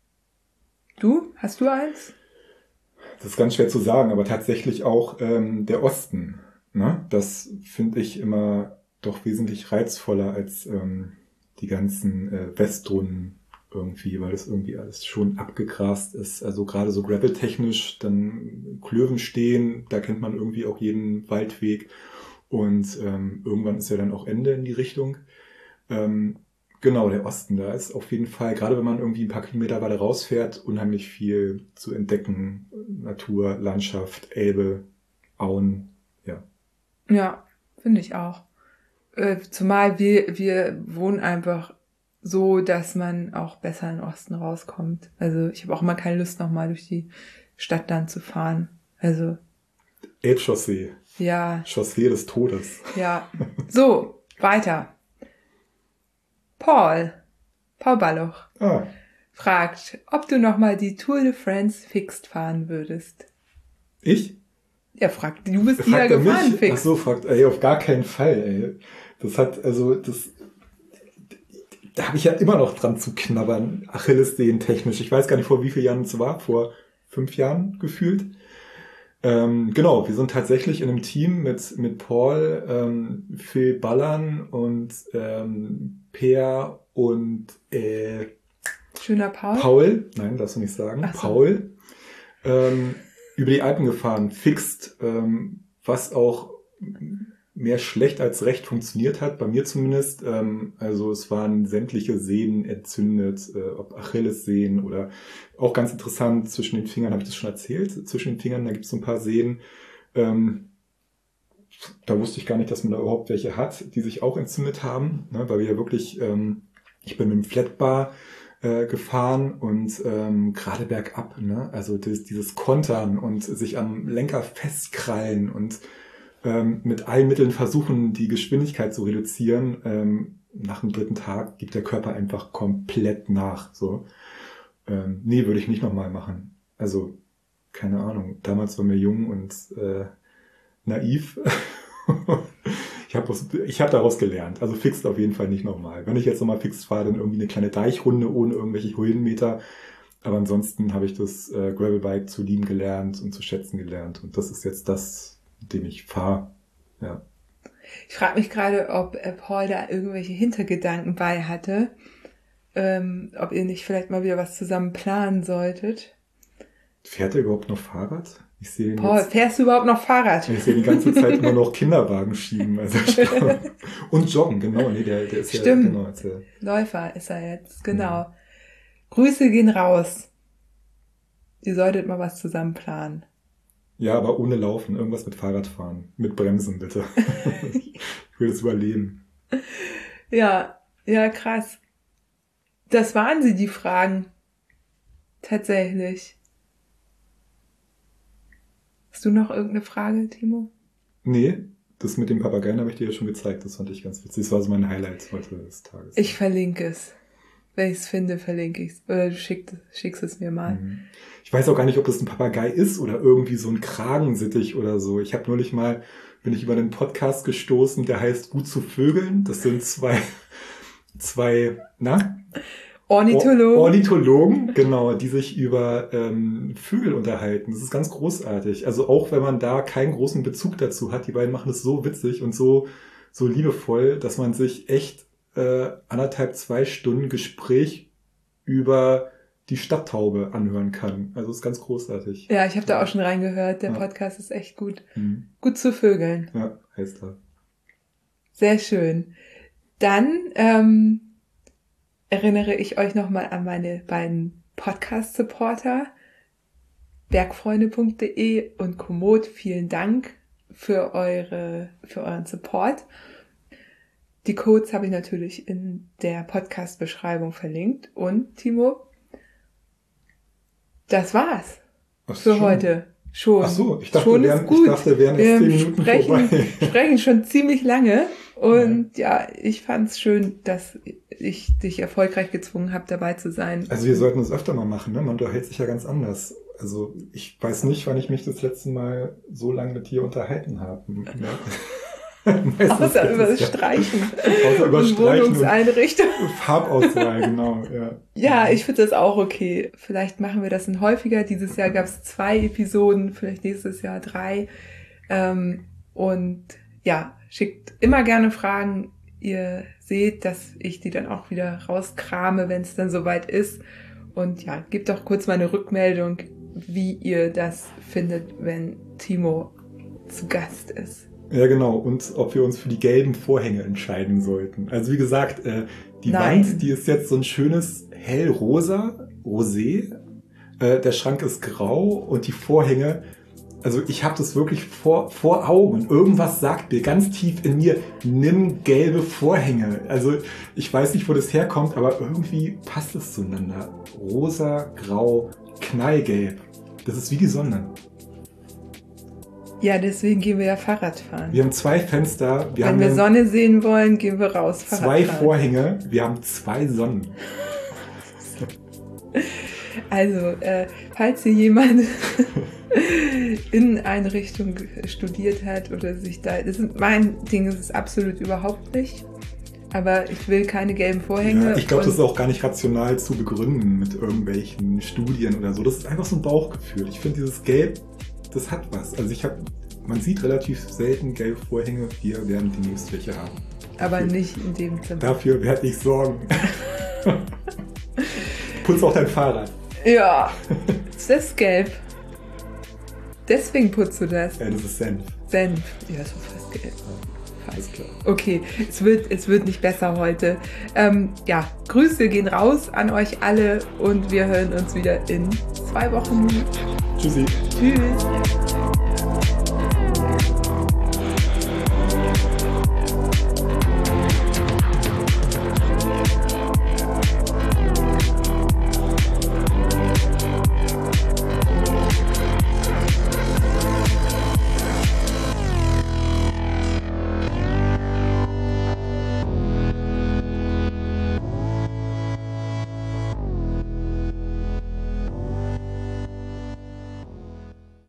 Du? Hast du eins?
Das ist ganz schwer zu sagen, aber tatsächlich auch ähm, der Osten. Ne? Das finde ich immer doch wesentlich reizvoller als ähm, die ganzen äh, Westrunden irgendwie, weil das irgendwie alles schon abgegrast ist. Also gerade so graveltechnisch, dann Klöven stehen, da kennt man irgendwie auch jeden Waldweg und ähm, irgendwann ist ja dann auch Ende in die Richtung. Ähm, genau, der Osten, da ist auf jeden Fall, gerade wenn man irgendwie ein paar Kilometer weiter rausfährt, unheimlich viel zu entdecken. Natur, Landschaft, Elbe, Auen, ja.
Ja, finde ich auch. Äh, zumal wir, wir wohnen einfach so, dass man auch besser in den Osten rauskommt. Also ich habe auch immer keine Lust, nochmal durch die Stadt dann zu fahren. Also
Elbchaussee.
Ja.
Chaussee des Todes.
Ja. So, weiter. Paul. Paul Balloch.
Ah.
Fragt, ob du nochmal die Tour de France fixed fahren würdest.
Ich?
Ja, fragt, du bist die ja gefahren
fixed. Ach so, fragt, ey, auf gar keinen Fall, ey. Das hat, also, das, da habe ich ja immer noch dran zu knabbern, Achillessehnen technisch. Ich weiß gar nicht, vor wie vielen Jahren es war, vor fünf Jahren gefühlt. Ähm, genau, wir sind tatsächlich in einem Team mit mit Paul, ähm, Phil Ballern und ähm, Per und äh,
Schöner Paul.
Paul, nein, darfst du nicht sagen,
Ach so.
Paul, ähm, über die Alpen gefahren, fixed, ähm, was auch mehr schlecht als recht funktioniert hat, bei mir zumindest. Ähm, also es waren sämtliche Sehnen entzündet, äh, ob Achillessehnen oder auch ganz interessant, zwischen den Fingern, habe ich das schon erzählt, zwischen den Fingern, da gibt es so ein paar Sehnen. Ähm, da wusste ich gar nicht, dass man da überhaupt welche hat, die sich auch entzündet haben, ne, weil wir ja wirklich, ähm, ich bin mit dem Flatbar äh, gefahren und ähm, gerade bergab, ne, also das, dieses Kontern und sich am Lenker festkrallen und ähm, mit allen Mitteln versuchen, die Geschwindigkeit zu reduzieren. Ähm, nach dem dritten Tag gibt der Körper einfach komplett nach. So, ähm, nee, würde ich nicht nochmal machen. Also, keine Ahnung. Damals waren wir jung und äh, naiv. ich habe ich hab daraus gelernt. Also fixed auf jeden Fall nicht nochmal. Wenn ich jetzt nochmal fixed fahre, dann irgendwie eine kleine Deichrunde ohne irgendwelche Höhenmeter. Aber ansonsten habe ich das äh, Gravelbike zu lieben gelernt und zu schätzen gelernt. Und das ist jetzt das, mit dem ich fahre. Ja.
Ich frage mich gerade, ob Paul da irgendwelche Hintergedanken bei hatte. Ähm, ob ihr nicht vielleicht mal wieder was zusammen planen solltet.
Fährt er überhaupt noch Fahrrad? Ich sehe ihn
Paul,
jetzt,
fährst du überhaupt noch Fahrrad?
Ich sehe die ganze Zeit immer noch Kinderwagen schieben. Also und joggen, genau. Nee, der, der ist
Stimmt.
ja genau. Ist der,
Läufer ist er jetzt, genau. Ja. Grüße gehen raus. Ihr solltet mal was zusammen planen.
Ja, aber ohne Laufen. Irgendwas mit Fahrradfahren. Mit Bremsen, bitte. Ich will das überleben.
Ja, ja, krass. Das waren sie, die Fragen. Tatsächlich. Hast du noch irgendeine Frage, Timo?
Nee, das mit dem Papageien habe ich dir ja schon gezeigt. Das fand ich ganz witzig. Das war so mein Highlight heute des Tages.
Ich verlinke es. Wenn ich es finde, verlinke ich es. Oder du schickst, schickst es mir mal.
Ich weiß auch gar nicht, ob das ein Papagei ist oder irgendwie so ein Kragensittich oder so. Ich habe neulich mal, bin ich über einen Podcast gestoßen, der heißt Gut zu Vögeln. Das sind zwei, zwei, na?
Ornithologen.
Ornithologen, genau, die sich über ähm, Vögel unterhalten. Das ist ganz großartig. Also auch wenn man da keinen großen Bezug dazu hat, die beiden machen das so witzig und so, so liebevoll, dass man sich echt äh, anderthalb, zwei Stunden Gespräch über die Stadttaube anhören kann. Also ist ganz großartig.
Ja, ich habe da auch schon reingehört. Der
ja.
Podcast ist echt gut.
Mhm.
Gut zu Vögeln.
Ja, heißt er.
Sehr schön. Dann ähm, erinnere ich euch nochmal an meine beiden Podcast-Supporter, bergfreunde punkt de und Komoot. Vielen Dank für eure, für euren Support. Die Codes habe ich natürlich in der Podcast-Beschreibung verlinkt. Und Timo, das war's
Ach,
für
schon.
heute. Schon.
Ach so, ich dachte,
schon
wären,
ist gut.
ich dachte, wären
Wir
jetzt zehn Minuten
sprechen,
vorbei.
sprechen schon ziemlich lange. Und ja, ja ich fand's schön, dass ich dich erfolgreich gezwungen habe, dabei zu sein.
Also wir sollten das öfter mal machen, ne? Man unterhält sich ja ganz anders. Also ich weiß nicht, wann ich mich das letzte Mal so lange mit dir unterhalten habe.
Außer über das Streichen.
Außer über
und
Streichen
Wohnungseinrichtung.
und Farbauswahl, genau. Ja,
ja ich finde das auch okay. Vielleicht machen wir das dann häufiger. Dieses Jahr gab es zwei Episoden, vielleicht nächstes Jahr drei. Ähm, und ja, schickt immer gerne Fragen. Ihr seht, dass ich die dann auch wieder rauskrame, wenn es dann soweit ist. Und ja, gebt doch kurz mal eine Rückmeldung, wie ihr das findet, wenn Timo zu Gast ist.
Ja, genau. Und ob wir uns für die gelben Vorhänge entscheiden sollten. Also wie gesagt, äh, die
Nein.
Wand, die ist jetzt so ein schönes hellrosa, rosé. Äh, der Schrank ist grau und die Vorhänge, also ich habe das wirklich vor, vor Augen. Irgendwas sagt mir ganz tief in mir, nimm gelbe Vorhänge. Also ich weiß nicht, wo das herkommt, aber irgendwie passt es zueinander. Rosa, grau, knallgelb. Das ist wie die Sonne.
Ja, deswegen gehen wir ja Fahrrad fahren.
Wir haben zwei Fenster. Wir
Wenn
haben
wir Sonne sehen wollen, gehen wir raus. Fahrrad
zwei
fahren.
Vorhänge. Wir haben zwei Sonnen.
Also, äh, falls hier jemand Inneneinrichtung studiert hat oder sich da... Das ist mein Ding, das ist absolut überhaupt nicht. Aber ich will keine gelben Vorhänge.
Ja, ich glaube, das ist auch gar nicht rational zu begründen mit irgendwelchen Studien oder so. Das ist einfach so ein Bauchgefühl. Ich finde, dieses Gelb, das hat was. Also ich habe, man sieht relativ selten gelbe Vorhänge. Wir werden demnächst welche haben.
Aber
dafür,
nicht in dem Zimmer.
Dafür werde ich sorgen. Putz auch dein Fahrrad.
Ja, ist das gelb? Deswegen putzt du das?
Ja, das ist Senf.
Senf. Ja, so fast gelb.
Alles klar.
Okay, es wird, es wird nicht besser heute. Ähm, ja, Grüße gehen raus an euch alle und wir hören uns wieder in zwei Wochen.
Tschüssi.
Tschüss.